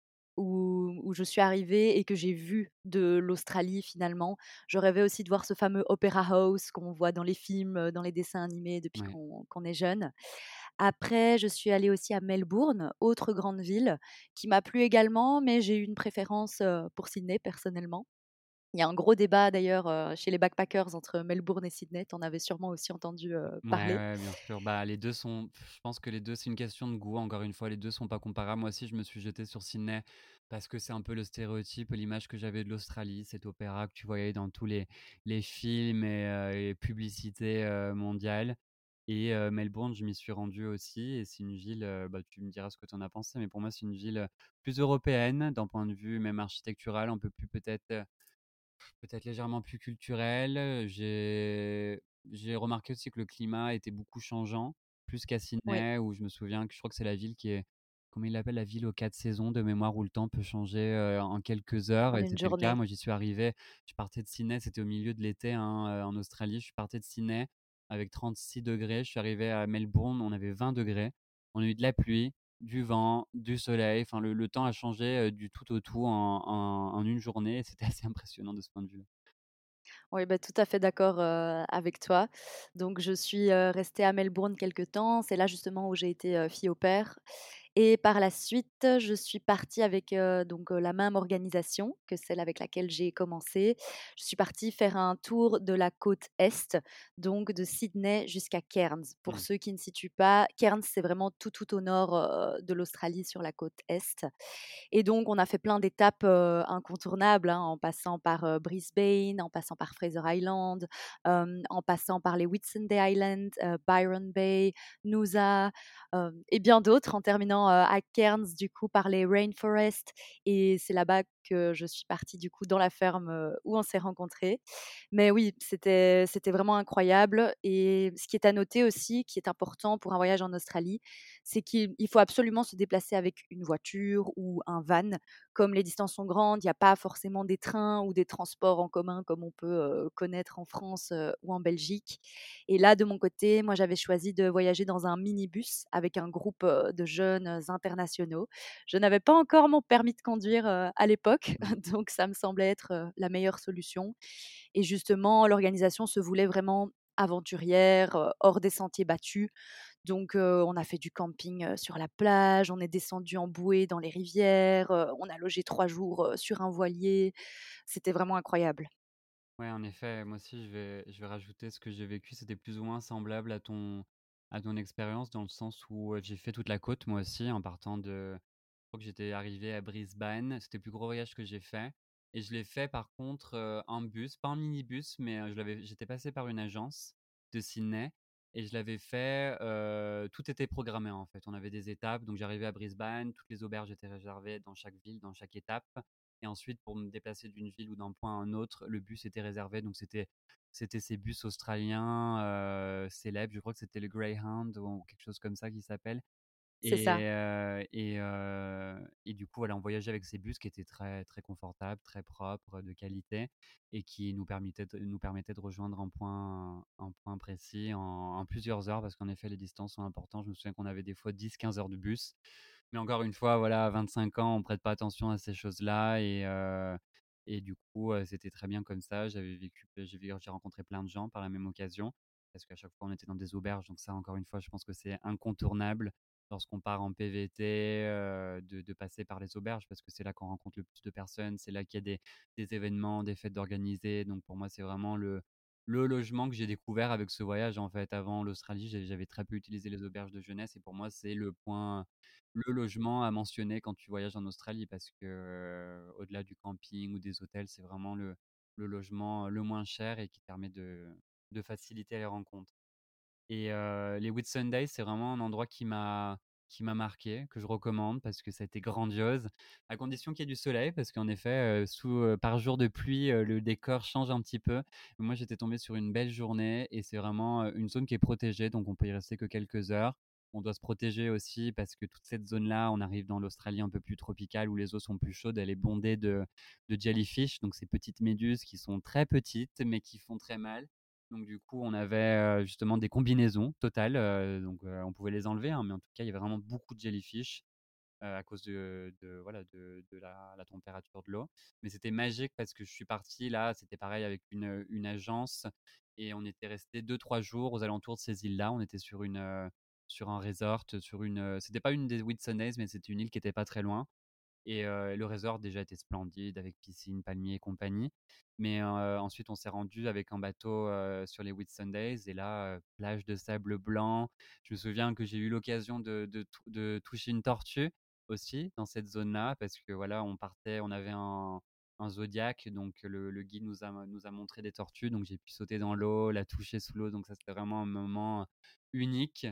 où je suis arrivée et que j'ai vu de l'Australie, finalement. Je rêvais aussi de voir ce fameux Opera House qu'on voit dans les films, dans les dessins animés depuis Ouais. qu'on est jeune. Après, je suis allée aussi à Melbourne, autre grande ville qui m'a plu également, mais j'ai eu une préférence, pour Sydney, personnellement. Il y a un gros débat d'ailleurs, chez les backpackers entre Melbourne et Sydney. Tu en avais sûrement aussi entendu, Ouais, parler. ouais, bien sûr. Bah, les 2 sont je pense que les 2 c'est une question de goût, encore une fois, les 2 sont pas comparables. Moi aussi, je me suis jeté sur Sydney parce que c'est un peu le stéréotype, l'image que j'avais de l'Australie, cet opéra que tu voyais dans tous les films et publicités, mondiales. Et Melbourne, je m'y suis rendu aussi et c'est une ville, tu me diras ce que tu en as pensé, mais pour moi, c'est une ville, plus européenne d'un point de vue même architectural, un peu plus peut-être légèrement plus culturel. J'ai remarqué aussi que le climat était beaucoup changeant, plus qu'à Oui, Sydney où je me souviens que je crois que c'est la ville qui est comment il l'appelle? La ville aux 4 saisons de mémoire où le temps peut changer, en quelques heures en et une c'était le cas. journée. Moi, j'y suis arrivé, je partais de Sydney, c'était au milieu de l'été, hein, en Australie. Je partais de Sydney avec 36 degrés. Je suis arrivé à Melbourne, on avait 20 degrés. On a eu de la pluie, du vent, du soleil, enfin le temps a changé, du tout au tout en une journée et c'était assez impressionnant de ce point de vue-là. Oui, bah, tout à fait d'accord, avec toi. Donc je suis, restée à Melbourne quelque temps. C'est là justement où j'ai été, fille au pair et par la suite, je suis partie avec, la même organisation que celle avec laquelle j'ai commencé. Je suis partie faire un tour de la côte est, donc de Sydney jusqu'à Cairns. Pour Mmh. ceux qui ne situent pas, Cairns, c'est vraiment tout au nord, de l'Australie sur la côte est. Et donc, on a fait plein d'étapes, incontournables, hein, en passant par, Brisbane, en passant par Fraser Island, en passant par les Whitsunday Islands, Byron Bay, Noosa, et bien d'autres, en terminant, à Cairns, du coup, par les Rainforests et c'est là-bas que je suis partie, du coup, dans la ferme, où on s'est rencontrés. Mais oui, c'était vraiment incroyable et ce qui est à noter aussi, qui est important pour un voyage en Australie, c'est qu'il faut absolument se déplacer avec une voiture ou un van. Comme les distances sont grandes, il y a pas forcément des trains ou des transports en commun comme on peut, connaître en France, ou en Belgique. Et là, de mon côté, moi, j'avais choisi de voyager dans un minibus avec un groupe, de jeunes, internationaux. Je n'avais pas encore mon permis de conduire, à l'époque, Mmh. donc ça me semblait être, la meilleure solution. Et justement, l'organisation se voulait vraiment aventurière, hors des sentiers battus. Donc, on a fait du camping, sur la plage, on est descendu en bouée dans les rivières, on a logé 3 jours, sur un voilier. C'était vraiment incroyable. Ouais, en effet, moi aussi, je vais rajouter ce que j'ai vécu. C'était plus ou moins semblable à ton expérience, dans le sens où, j'ai fait toute la côte, moi aussi, en partant de je crois que j'étais arrivé à Brisbane. C'était le plus gros voyage que j'ai fait et je l'ai fait par contre, en bus, pas en minibus, mais, j'étais passé par une agence de Sydney et je l'avais fait, tout était programmé, en fait. On avait des étapes, donc j'arrivais à Brisbane, toutes les auberges étaient réservées dans chaque ville, dans chaque étape. Et ensuite, pour me déplacer d'une ville ou d'un point à un autre, le bus était réservé. Donc, c'était ces bus australiens célèbres. Je crois que c'était le Greyhound ou quelque chose comme ça qui s'appelle. C'est ça. Et du coup, voilà, on voyageait avec ces bus qui étaient très, très confortables, très propres, de qualité et qui nous permettaient de rejoindre un point précis en plusieurs heures parce qu'en effet, les distances sont importantes. Je me souviens qu'on avait des fois 10-15 heures de bus. Mais encore une fois, voilà, à 25 ans, on prête pas attention à ces choses-là et du coup, c'était très bien comme ça. J'ai rencontré plein de gens par la même occasion parce qu'à chaque fois, on était dans des auberges. Donc ça, encore une fois, je pense que c'est incontournable lorsqu'on part en PVT, de passer par les auberges parce que c'est là qu'on rencontre le plus de personnes, c'est là qu'il y a des événements, des fêtes d'organiser. Donc pour moi, c'est vraiment le logement que j'ai découvert avec ce voyage, en fait. Avant l'Australie, j'avais très peu utilisé les auberges de jeunesse et pour moi, c'est le logement à mentionner quand tu voyages en Australie parce que, au-delà du camping ou des hôtels, c'est vraiment le logement le moins cher et qui permet de faciliter les rencontres. Et les Whitsundays, c'est vraiment un endroit qui m'a marqué, que je recommande parce que ça a été grandiose, à condition qu'il y ait du soleil parce qu'en effet, par jour de pluie, le décor change un petit peu. Moi, j'étais tombé sur une belle journée et c'est vraiment, une zone qui est protégée, donc on peut y rester que quelques heures. On doit se protéger aussi parce que toute cette zone-là, on arrive dans l'Australie un peu plus tropicale où les eaux sont plus chaudes, elle est bondée de jellyfish, donc ces petites méduses qui sont très petites mais qui font très mal. Donc du coup, on avait, justement des combinaisons totales, donc on pouvait les enlever, hein, mais en tout cas, il y avait vraiment beaucoup de jellyfish, à cause voilà, de la température de l'eau. Mais c'était magique parce que je suis parti là, c'était pareil avec une agence et on était resté 2-3 jours aux alentours de ces îles-là. On était sur un resort, c'était pas une des Whitsundays, mais c'était une île qui était pas très loin. Et le resort déjà était splendide avec piscine, palmiers et compagnie. Mais ensuite, on s'est rendu avec un bateau, sur les Whitsundays et là, plage de sable blanc. Je me souviens que j'ai eu l'occasion de toucher une tortue aussi dans cette zone-là parce que voilà, on avait un zodiaque donc le guide nous a montré des tortues donc j'ai pu sauter dans l'eau, la toucher sous l'eau donc ça, c'était vraiment un moment unique.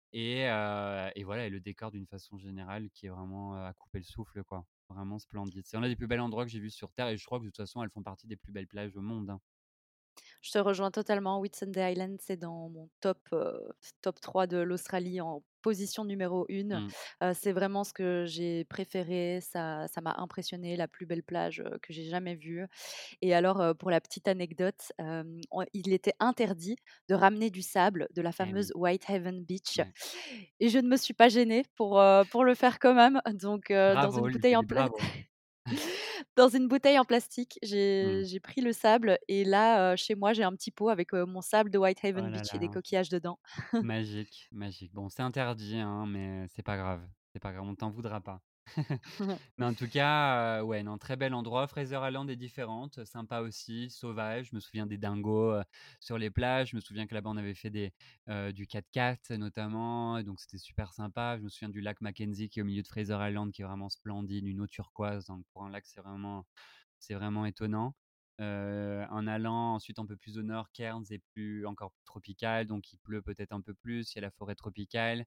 Et voilà et le décor d'une façon générale qui est vraiment, à couper le souffle, quoi. Vraiment splendide. C'est l'un des plus bels endroits que j'ai vus sur terre et je crois que de toute façon, elles font partie des plus belles plages au monde, hein. Je te rejoins totalement. Whitsunday Island, c'est dans mon top 3 de l'Australie en position numéro 1. Mmh. C'est vraiment ce que j'ai préféré. Ça m'a impressionné, la plus belle plage, que j'ai jamais vue. Et alors, pour la petite anecdote, on il était interdit de ramener du sable de la Eh fameuse oui, Whitehaven Beach ouais. et je ne me suis pas gênée pour le faire quand même. Donc, dans Bravo, une on lui fait bouteille en du pla bravo. dans une bouteille en plastique, Mmh. j'ai pris le sable et là, chez moi, j'ai un petit pot avec, mon sable de Oh Whitehaven là Beach et des là, coquillages dedans. magique, magique. Bon, c'est interdit, hein, mais c'est pas grave. C'est pas grave, on t'en voudra pas. Mais en tout cas, ouais, non, très bel endroit. Fraser Island est différente, sympa aussi, sauvage. Je me souviens des dingos, sur les plages. Je me souviens que là-bas, on avait fait du 4x4 notamment, et donc c'était super sympa. Je me souviens du lac Mackenzie qui est au milieu de Fraser Island, qui est vraiment splendide, une eau turquoise. Donc pour un lac, c'est vraiment étonnant. En allant ensuite un peu plus au nord, Cairns est encore plus tropical, donc il pleut peut-être un peu plus. Il y a la forêt tropicale.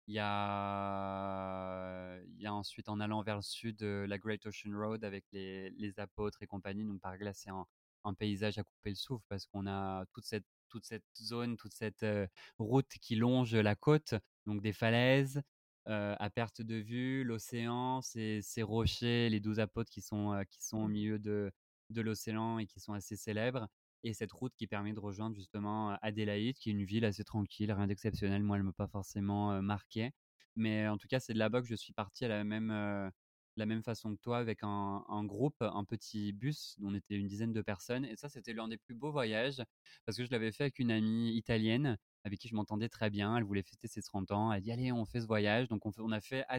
Il y a ensuite, en allant vers le sud, la Great Ocean Road avec les apôtres et compagnie. Donc, par là, c'est un paysage à couper le souffle parce qu'on a toute cette zone, toute cette route qui longe la côte, donc des falaises à perte de vue, l'océan, ces rochers, les 12 apôtres qui sont au milieu de l'océan et qui sont assez célèbres. Et cette route qui permet de rejoindre justement Adélaïde, qui est une ville assez tranquille, rien d'exceptionnel. Moi, elle ne m'a pas forcément marqué. Mais en tout cas, c'est de là-bas que je suis parti à la même façon que toi, avec un groupe, un petit bus, dont on était une dizaine de personnes. Et ça, c'était l'un des plus beaux voyages, parce que je l'avais fait avec une amie italienne, avec qui je m'entendais très bien. Elle voulait fêter ses 30 ans. Elle dit, allez, on fait ce voyage. Donc, on a fait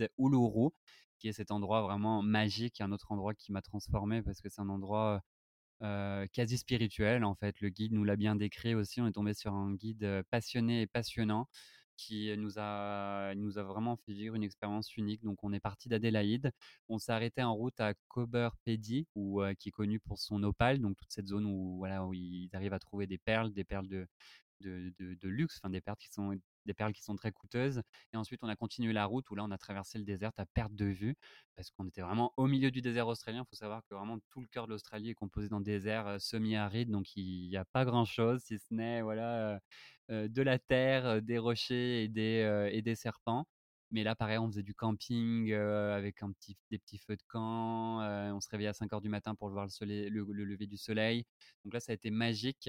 Adélaïde-Uluru, qui est cet endroit vraiment magique, un autre endroit qui m'a transformé, parce que c'est un endroit quasi spirituel en fait. Le guide nous l'a bien décrit aussi. On est tombé sur un guide, passionné et passionnant qui nous a vraiment fait vivre une expérience unique. Donc on est parti d'Adélaïde. On s'est arrêté en route à Coober Pedy qui est connu pour son opale, donc toute cette zone où voilà, où ils arrivent à trouver des perles de luxe, enfin des perles qui sont très coûteuses. Et ensuite, on a continué la route où là, on a traversé le désert à perte de vue parce qu'on était vraiment au milieu du désert australien. Il faut savoir que vraiment tout le cœur de l'Australie est composé d'un désert semi-aride, donc il n'y a pas grand-chose si ce n'est voilà, de la terre, des rochers et des serpents. Mais là, pareil, on faisait du camping avec des petits feux de camp. On se réveillait à 5 heures du matin pour voir le lever du soleil. Donc là, ça a été magique.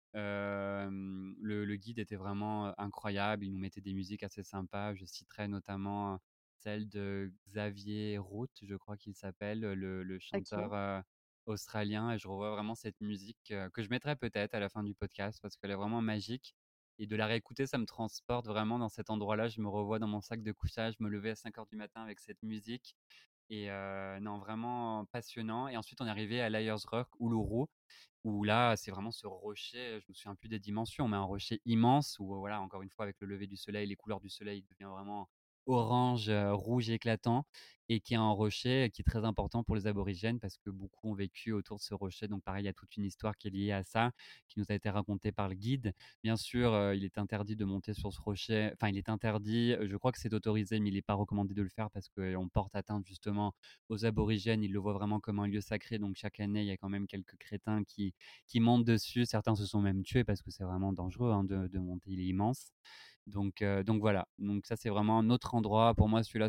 Le guide était vraiment incroyable. Il nous mettait des musiques assez sympas. Je citerai notamment celle de Xavier Root, je crois qu'il s'appelle, le OK. chanteur australien. Et je revois vraiment cette musique que je mettrai peut-être à la fin du podcast parce qu'elle est vraiment magique. Et de la réécouter, ça me transporte vraiment dans cet endroit-là. Je me revois dans mon sac de couchage, me lever à 5 heures du matin avec cette musique. Et non, vraiment passionnant. Et ensuite, on est arrivé à Liars Rock, Uluru, où là, c'est vraiment ce rocher, je me souviens plus des dimensions, mais un rocher immense où voilà, encore une fois, avec le lever du soleil, les couleurs du soleil devient vraiment orange, rouge éclatant et qui est un rocher qui est très important pour les aborigènes parce que beaucoup ont vécu autour de ce rocher. Donc pareil, il y a toute une histoire qui est liée à ça, qui nous a été racontée par le guide. Bien sûr, il est interdit de monter sur ce rocher. Enfin, il est interdit, je crois que c'est autorisé, mais il n'est pas recommandé de le faire parce qu'on porte atteinte justement aux aborigènes. Ils le voient vraiment comme un lieu sacré. Donc chaque année, il y a quand même quelques crétins qui montent dessus. Certains se sont même tués parce que c'est vraiment dangereux hein, de monter. Il est immense. Donc voilà. Donc ça, c'est vraiment un autre endroit. Pour moi, celui-là,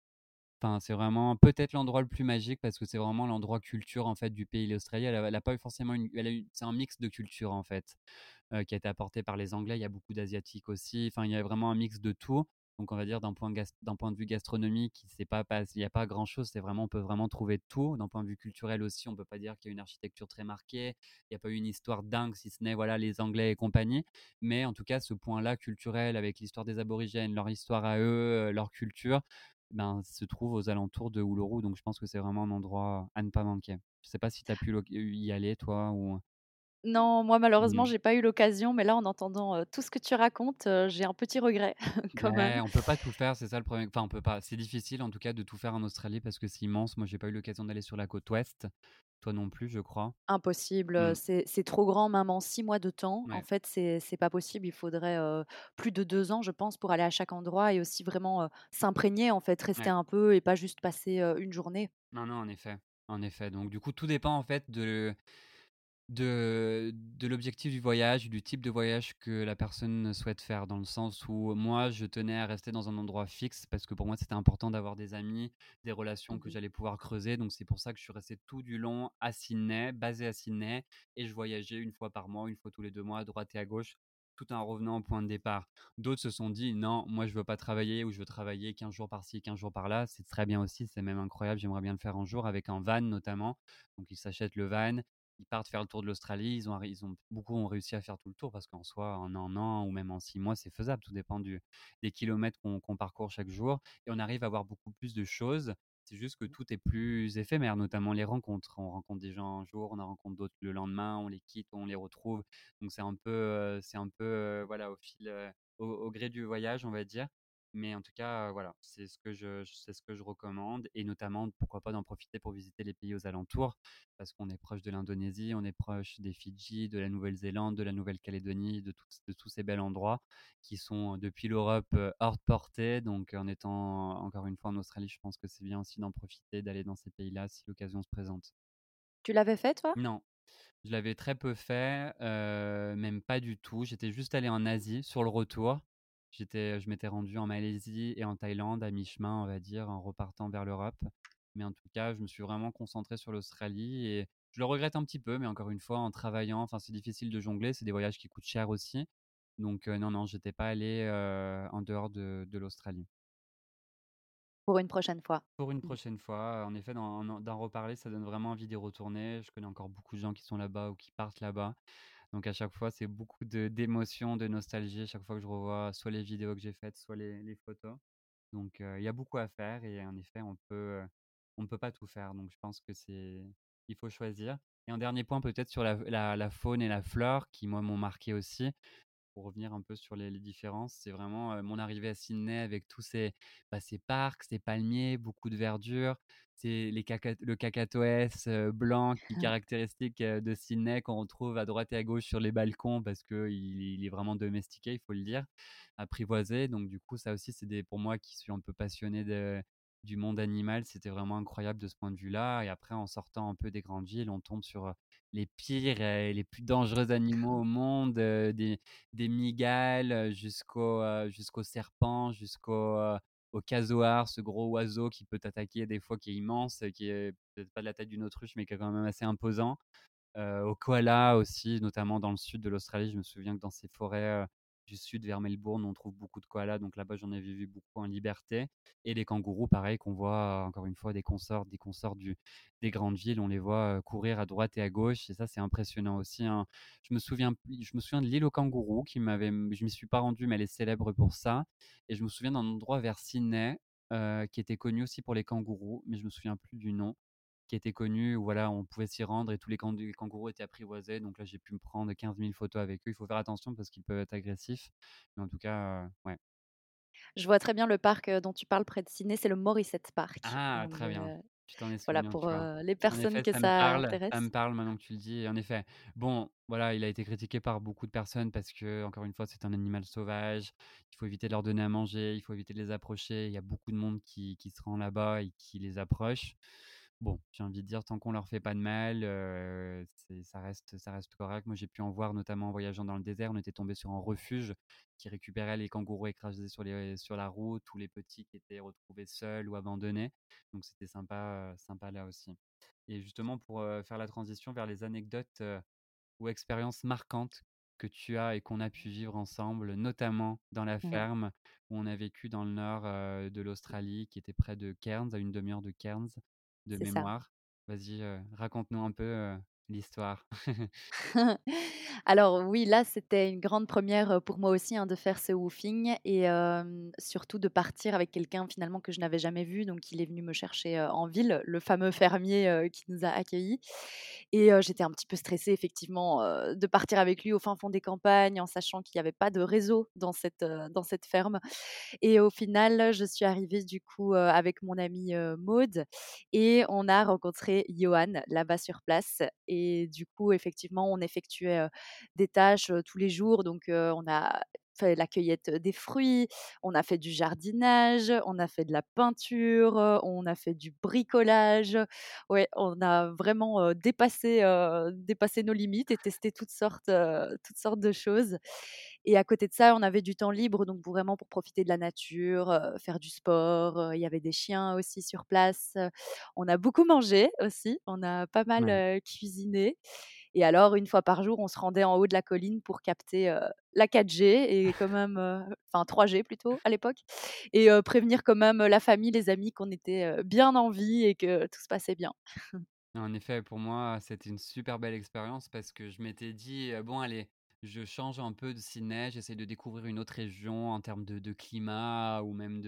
c'est vraiment peut-être l'endroit le plus magique parce que c'est vraiment l'endroit culture en fait du pays australien. Elle a pas eu forcément c'est un mix de culture en fait qui a été apporté par les Anglais. Il y a beaucoup d'asiatiques aussi. Enfin, il y a vraiment un mix de tout. Donc on va dire d'un point de vue gastronomique, il n'y a pas grand-chose. On peut vraiment trouver de tout. D'un point de vue culturel aussi, on peut pas dire qu'il y a une architecture très marquée. Il n'y a pas eu une histoire dingue si ce n'est voilà les Anglais et compagnie. Mais en tout cas, ce point-là culturel avec l'histoire des aborigènes, leur histoire à eux, leur culture, ben, se trouve aux alentours de Uluru. Donc je pense que c'est vraiment un endroit à ne pas manquer. Je sais pas si tu as pu y aller toi ou. Non, moi malheureusement, Mmh. j'ai pas eu l'occasion, mais là, en entendant, tout ce que tu racontes, j'ai un petit regret quand Ouais, même. on peut pas tout faire, c'est ça le problème. Enfin, on peut pas. C'est difficile en tout cas de tout faire en Australie parce que c'est immense. Moi, j'ai pas eu l'occasion d'aller sur la côte ouest. Toi non plus, je crois. Impossible, Mmh. c'est trop grand, même en 6 mois de temps. En Ouais, fait, c'est pas possible. Il faudrait, plus de 2 ans, je pense, pour aller à chaque endroit et aussi vraiment, s'imprégner, en fait, rester ouais. un peu et pas juste passer, une journée. Non, non, en effet. En effet. Donc du coup, tout dépend en fait de l'objectif du voyage, du type de voyage que la personne souhaite faire. Dans le sens où moi, je tenais à rester dans un endroit fixe parce que pour moi, c'était important d'avoir des amis, des relations que Mmh. j'allais pouvoir creuser. Donc c'est pour ça que je suis resté tout du long à Sydney, basé à Sydney, et je voyageais une fois par mois, une fois tous les 2 mois, à droite et à gauche, tout en revenant au point de départ. D'autres se sont dit: «Non, moi je veux pas travailler» ou «Je veux travailler 15 jours par-ci, 15 jours par-là». C'est très bien aussi, c'est même incroyable, j'aimerais bien le faire un jour avec un van notamment. Donc ils s'achètent le van, ils partent faire le tour de l'Australie. Beaucoup ont réussi à faire tout le tour parce qu'en soi, en un an ou même en 6 mois, c'est faisable. Tout dépend des kilomètres qu'on parcourt chaque jour. Et on arrive à voir beaucoup plus de choses. C'est juste que tout est plus éphémère, notamment les rencontres. On rencontre des gens un jour, on en rencontre d'autres le lendemain, on les quitte, on les retrouve. Donc voilà, au gré du voyage, on va dire. Mais en tout cas, voilà, c'est ce que je recommande et notamment, pourquoi pas d'en profiter pour visiter les pays aux alentours parce qu'on est proche de l'Indonésie, on est proche des Fidji, de la Nouvelle-Zélande, de la Nouvelle-Calédonie, de tous ces bels endroits qui sont depuis l'Europe hors de portée. Donc en étant encore une fois en Australie, je pense que c'est bien aussi d'en profiter, d'aller dans ces pays-là si l'occasion se présente. Tu l'avais fait, toi? Non, je l'avais très peu fait, même pas du tout. J'étais juste allé en Asie sur le retour. Je m'étais rendu en Malaisie et en Thaïlande à mi-chemin, on va dire, en repartant vers l'Europe. Mais en tout cas, je me suis vraiment concentré sur l'Australie et je le regrette un petit peu, mais encore une fois, en travaillant, enfin, c'est difficile de jongler, c'est des voyages qui coûtent cher aussi. Donc, non, non, j'étais pas allé en dehors de l'Australie. Pour une prochaine fois. Pour une Mmh. prochaine fois, en effet, d'en reparler, ça donne vraiment envie d'y retourner. Je connais encore beaucoup de gens qui sont là-bas ou qui partent là-bas. Donc à chaque fois, c'est beaucoup d'émotions, de nostalgie à chaque fois que je revois soit les vidéos que j'ai faites, soit les photos. Donc il y a beaucoup à faire et en effet, on peut pas tout faire. Donc je pense que il faut choisir. Et un dernier point peut-être sur la faune et la flore qui, moi, m'ont marqué aussi. Pour revenir un peu sur les différences, c'est vraiment, mon arrivée à Sydney avec tous ces parcs, ces palmiers, beaucoup de verdure, c'est le cacatoès, blanc qui est caractéristique, de Sydney qu'on retrouve à droite et à gauche sur les balcons parce qu'il est vraiment domestiqué, il faut le dire, apprivoisé. Donc du coup, ça aussi, c'est des pour moi qui suis un peu passionné du monde animal, c'était vraiment incroyable de ce point de vue-là. Et après, en sortant un peu des grandes villes, on tombe sur, les pires et les plus dangereux animaux au monde, des mygales, jusqu'aux serpents, au casoar, ce gros oiseau qui peut t'attaquer des fois, qui est immense, qui est peut-être pas de la taille d'une autruche, mais qui est quand même assez imposant. Aux koalas aussi, notamment dans le sud de l'Australie. Je me souviens que dans ces forêts, du sud vers Melbourne, on trouve beaucoup de koalas, donc là-bas, j'en ai vu beaucoup en liberté. Et les kangourous, pareil, qu'on voit, encore une fois, des consorts des grandes villes, on les voit, courir à droite et à gauche, et ça, c'est impressionnant aussi, hein. Je me souviens de l'île aux kangourous je m'y suis pas rendu, mais elle est célèbre pour ça. Et je me souviens d'un endroit vers Sydney, qui était connu aussi pour les kangourous, mais je me souviens plus du nom, qui était connu, où voilà, on pouvait s'y rendre et tous les kangourous étaient apprivoisés. Donc là, j'ai pu me prendre 15 000 photos avec eux. Il faut faire attention parce qu'ils peuvent être agressifs. Mais en tout cas, ouais. Je vois très bien le parc, dont tu parles près de Sydney, c'est le Morisset Park. Ah, Donc très bien. Tu t'en es voilà souvenir, pour, tu vois? les En personnes effet, que ça intéresse. ça me parle maintenant que tu le dis. Et en effet, bon, voilà, il a été critiqué par beaucoup de personnes parce que, encore une fois, c'est un animal sauvage. Il faut éviter de leur donner à manger, il faut éviter de les approcher. Il y a beaucoup de monde qui se rend là-bas et qui les approche. Bon, j'ai envie de dire, tant qu'on leur fait pas de mal, ça reste correct. Moi, j'ai pu en voir, notamment en voyageant dans le désert. On était tombé sur un refuge qui récupérait les kangourous écrasés sur la route, ou les petits qui étaient retrouvés seuls ou abandonnés. Donc c'était sympa, sympa là aussi. Et justement pour, faire la transition vers les anecdotes, ou expériences marquantes que tu as et qu'on a pu vivre ensemble, notamment dans la Ouais, ferme où on a vécu dans le nord, de l'Australie, qui était près de Cairns, à une demi-heure de Cairns, de c'est ça. mémoire. Vas-y, raconte-nous un peu, l'histoire. Alors oui, là, c'était une grande première, pour moi aussi, hein, de faire ce woofing et surtout de partir avec quelqu'un finalement que je n'avais jamais vu. Donc il est venu me chercher, en ville, le fameux fermier, qui nous a accueillis et j'étais un petit peu stressée effectivement, de partir avec lui au fin fond des campagnes en sachant qu'il y avait pas de réseau dans cette ferme. Et au final, je suis arrivée du coup, avec mon amie, Maude et on a rencontré Johan là-bas sur place et du coup, effectivement, on effectuait, des tâches, tous les jours donc on a fait la cueillette, des fruits, on a fait du jardinage, on a fait de la peinture, on a fait du bricolage. Ouais, on a vraiment, dépassé nos limites et testé toutes sortes de choses et à côté de ça, on avait du temps libre, donc vraiment pour profiter de la nature, faire du sport, il y avait des chiens aussi sur place, on a beaucoup mangé aussi, on a pas mal, Ouais. cuisiné et alors une fois par jour, on se rendait en haut de la colline pour capter, la 4G et quand même, enfin 3G plutôt à l'époque et prévenir quand même la famille, les amis qu'on était, bien en vie et que tout se passait bien. En effet, pour moi, c'était une super belle expérience parce que je m'étais dit, «Bon allez, je change un peu de Sydney, j'essaie de découvrir une autre région en termes de climat ou même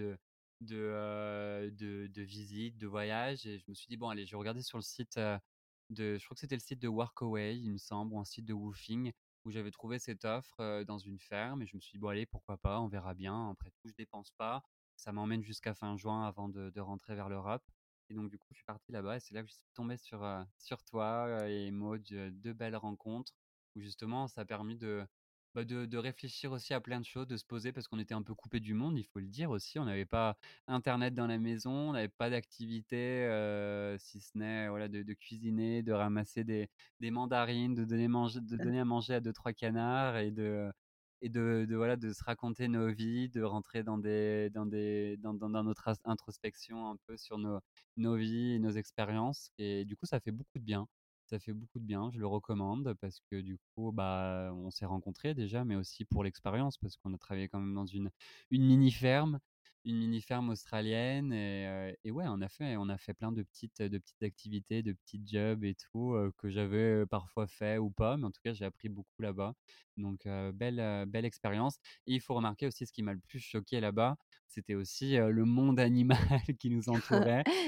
de visite, de voyage». Et je me suis dit: «Bon allez, je vais regarder sur le site, je crois que c'était le site de Workaway, il me semble, ou un site de Woofing, où j'avais trouvé cette offre, dans une ferme». Et je me suis dit: «Bon allez, pourquoi pas, on verra bien. Après tout, je dépense pas. Ça m'emmène jusqu'à fin juin avant de rentrer vers l'Europe». Et donc du coup, je suis parti là-bas et c'est là que je suis tombé sur toi, et Maud, 2 belles rencontres où justement ça a permis de réfléchir aussi à plein de choses, de se poser parce qu'on était un peu coupé du monde, il faut le dire aussi. On n'avait pas internet dans la maison, on n'avait pas d'activité, si ce n'est, voilà, de cuisiner, de ramasser des mandarines, de donner à manger à deux trois canards voilà, de se raconter nos vies, de rentrer dans notre introspection un peu sur nos vies et nos expériences. Et du coup, ça fait beaucoup de bien. Ça fait beaucoup de bien, je le recommande parce que du coup, bah, on s'est rencontrés déjà, mais aussi pour l'expérience parce qu'on a travaillé quand même dans une mini ferme, une mini ferme australienne. Et ouais, on a fait plein de petites activités, de petits jobs et tout, que j'avais, parfois fait ou pas, mais en tout cas, j'ai appris beaucoup là-bas. Donc belle expérience. Et il faut remarquer aussi ce qui m'a le plus choqué là-bas, c'était aussi, le monde animal qui nous entourait.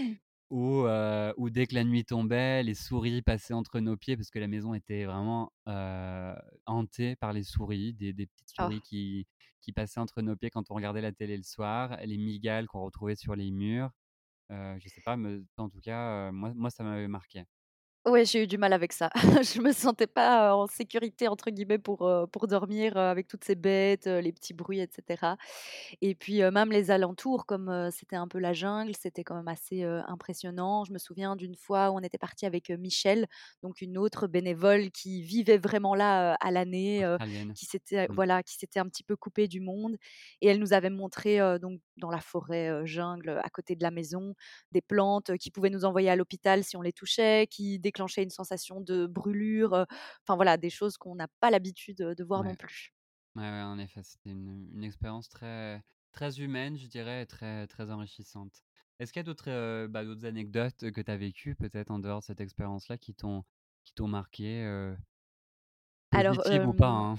où dès que la nuit tombait, les souris passaient entre nos pieds parce que la maison était vraiment, hantée par les souris, des petites souris Ah. qui passaient entre nos pieds quand on regardait la télé le soir, les migales qu'on retrouvait sur les murs. Je sais pas, mais en tout cas, moi ça m'avait marqué. Ouais, j'ai eu du mal avec ça. Je me sentais pas, «en sécurité» entre guillemets pour dormir, avec toutes ces bêtes, les petits bruits et cetera. Et puis, même les alentours comme, c'était un peu la jungle, c'était quand même assez, impressionnant. Je me souviens d'une fois où on était parti avec, Michel, donc une autre bénévole qui vivait vraiment là, à l'année, Australienne. Mmh. qui s'était un petit peu coupée du monde et elle nous avait montré, donc dans la forêt, jungle, à côté de la maison, des plantes, qui pouvaient nous envoyer à l'hôpital si on les touchait, qui déclenchaient une sensation de brûlure, enfin voilà, des choses qu'on n'a pas l'habitude, de voir non Ouais. plus. Ouais, ouais, en effet, c'était une expérience très humaine, je dirais, et très enrichissante. Est-ce qu'il y a d'autres anecdotes que tu as vécues, peut-être en dehors de cette expérience-là, qui t'ont marqué, Alors, positives ou pas, hein?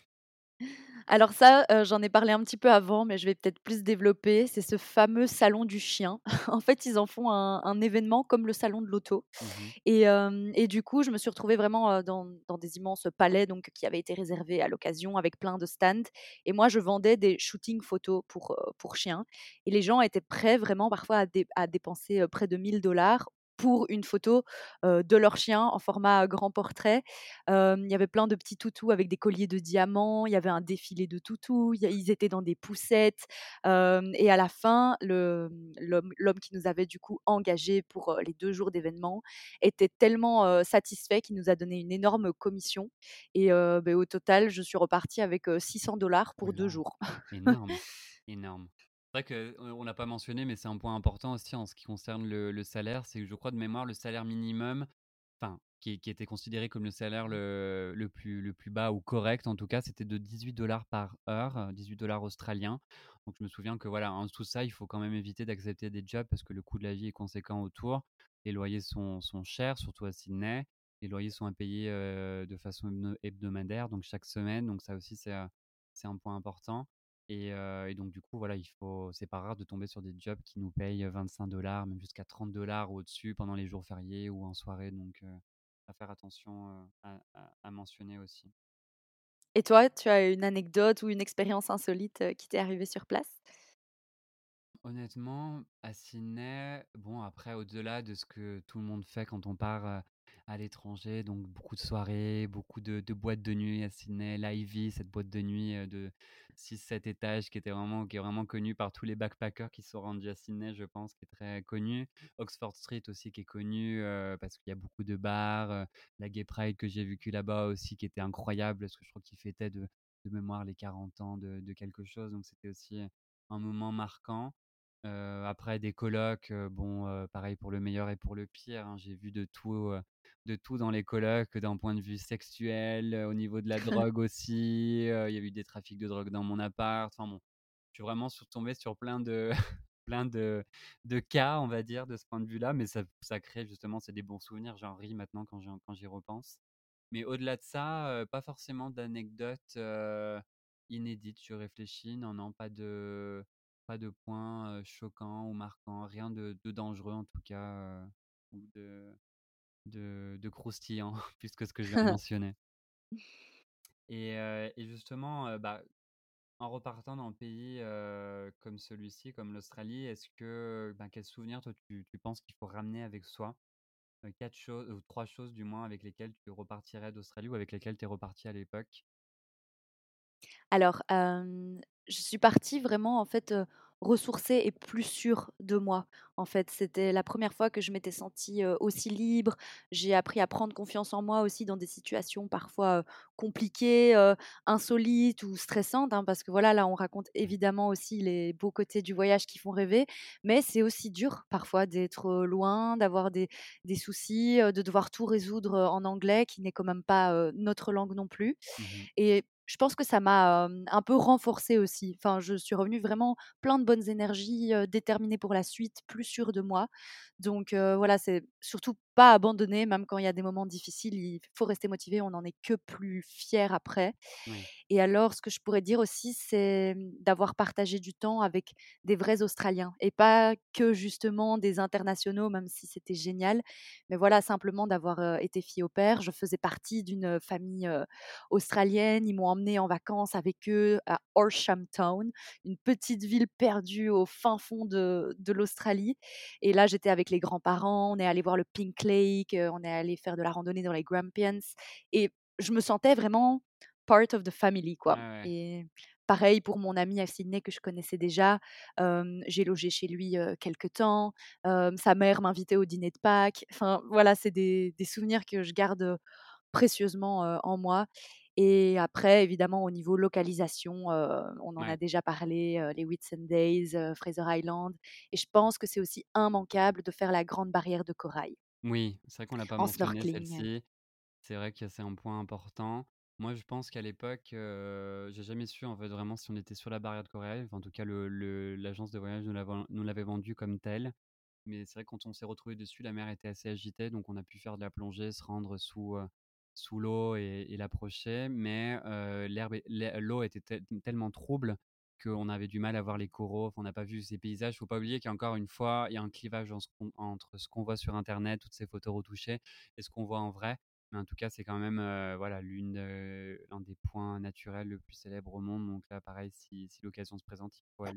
Alors ça, j'en ai parlé un petit peu avant, mais je vais peut-être plus développer. C'est ce fameux salon du chien. En fait, ils en font un événement comme le salon de l'auto Mmh. et du coup, je me suis retrouvée vraiment, dans des immenses palais donc qui avaient été réservés à l'occasion avec plein de stands et moi, je vendais des shootings photos pour chiens et les gens étaient prêts vraiment parfois à dépenser, près de 1 000 $ pour une photo, de leur chien en format grand portrait. Il y avait plein de petits toutous avec des colliers de diamants, il y avait un défilé de toutous, il y a ils étaient dans des poussettes, et à la fin, l'homme qui nous avait du coup engagés pour, les 2 jours d'événement était tellement, satisfait qu'il nous a donné une énorme commission et au total, je suis repartie avec, 600 $ Oh pour 2 là! jours. Énorme, énorme. C'est vrai qu'on l'a pas mentionné, mais c'est un point important aussi en ce qui concerne le salaire. C'est que je crois de mémoire, le salaire minimum, enfin, qui était considéré comme le salaire le plus bas ou correct en tout cas, c'était de 18 $ par heure, 18 $ australiens. Donc je me souviens que voilà, en dessous de ça, il faut quand même éviter d'accepter des jobs parce que le coût de la vie est conséquent autour. Les loyers sont chers, surtout à Sydney. Les loyers sont à payer, de façon hebdomadaire, donc chaque semaine. Donc ça aussi, c'est un point important et donc du coup, voilà, c'est pas rare de tomber sur des jobs qui nous payent 25 $ même jusqu'à 30 $ au-dessus pendant les jours fériés ou en soirée, donc à faire attention, à mentionner aussi. Et toi, tu as une anecdote ou une expérience insolite, qui t'est arrivée sur place? Honnêtement, à Sydney, bon après au-delà de ce que tout le monde fait quand on part, à l'étranger, donc beaucoup de soirées, beaucoup de boîtes de nuit à Sydney, l'Ivy, cette boîte de nuit, de 6-7 étages qui est vraiment connue par tous les backpackers qui sont rendus à Sydney, je pense, qui est très connue. Oxford Street aussi qui est connue, parce qu'il y a beaucoup de bars, la Gay Pride que j'ai vécu là-bas aussi qui était incroyable parce que je crois qu'ils fêtaient de mémoire les 40 ans de quelque chose, donc c'était aussi un moment marquant. Après des colocs, bon, pareil pour le meilleur et pour le pire, hein. J'ai vu de tout dans les colocs, d'un point de vue sexuel, au niveau de la drogue aussi, il y a eu des trafics de drogue dans mon appart. Enfin bon, je suis vraiment tombé sur plein de plein de cas, on va dire, de ce point de vue-là, mais ça crée justement c'est des bons souvenirs. J'en ris maintenant quand j'y repense. Mais au-delà de ça, pas forcément d'anecdotes, inédites. Je réfléchis, non, non, pas de points, choquants ou marquants, rien de dangereux en tout cas, ou de croustillant plus que ce que je viens de mentionner. Et justement, en repartant dans un pays, comme celui-ci, comme l'Australie, quels souvenirs toi tu penses qu'il faut ramener avec soi? 4 choses ou 3 choses du moins avec lesquelles tu repartirais d'Australie ou avec lesquelles tu es reparti à l'époque? Alors, je suis partie vraiment en fait, ressourcée et plus sûre de moi. En fait, c'était la première fois que je m'étais sentie, aussi libre. J'ai appris à prendre confiance en moi aussi dans des situations parfois, compliquées, insolites ou stressantes, hein, parce que voilà, là, on raconte Ouais. évidemment aussi les beaux côtés du voyage qui font rêver, mais c'est aussi dur parfois d'être, loin, d'avoir des soucis, de devoir tout résoudre, en anglais qui n'est quand même pas, notre langue non plus Mmh. et je pense que ça m'a, un peu renforcée aussi. Enfin, je suis revenue vraiment plein de bonnes énergies, déterminée pour la suite, plus sûre de moi. Donc voilà, c'est surtout pas abandonner, même quand il y a des moments difficiles, il faut rester motivé, on n'en est que plus fier après. Oui, Et alors, ce que je pourrais dire aussi, c'est, d'avoir partagé du temps avec des vrais Australiens et pas que justement des internationaux, même si c'était génial. Mais voilà, simplement d'avoir, été fille au père. Je faisais partie d'une famille, australienne. Ils m'ont emmenée en vacances avec eux à Horsham Town, une petite ville perdue au fin fond de l'Australie. Et là, j'étais avec les grands-parents, on est allé voir le Pink Lake, on est allé faire de la randonnée dans les Grampians et je me sentais vraiment part of the family, ouais, quoi. ouais. Et pareil pour mon ami à Sydney que je connaissais déjà, j'ai logé chez lui, quelque temps, sa mère m'invitait au dîner de Pâques. Enfin voilà, c'est des souvenirs que je garde, précieusement, en moi. Et après évidemment au niveau localisation, on en a Ouais. déjà parlé, les Whitsundays, Fraser Island et je pense que c'est aussi immanquable de faire la grande barrière de corail Oui, c'est vrai qu'on l'a pas en mentionné snorkeling. celle-ci. C'est vrai que c'est un point important. Moi, je pense qu'à l'époque, j'ai jamais su en fait vraiment si on était sur la barrière de corail. Enfin, en tout cas, l'agence de voyage nous l'avait vendu comme tel. Mais c'est vrai que quand on s'est retrouvé dessus, la mer était assez agitée, donc on a pu faire de la plongée, se rendre sous l'eau et l'approcher. Mais l'eau était tellement trouble qu'on avait du mal à voir les coraux. Enfin, on n'a pas vu ces paysages. Faut pas oublier qu'encore une fois, il y a un clivage entre ce qu'on voit sur Internet, toutes ces photos retouchées, et ce qu'on voit en vrai. Mais en tout cas, c'est quand même voilà, l'un des points naturels le plus célèbre au monde. Donc là, pareil, si l'occasion se présente,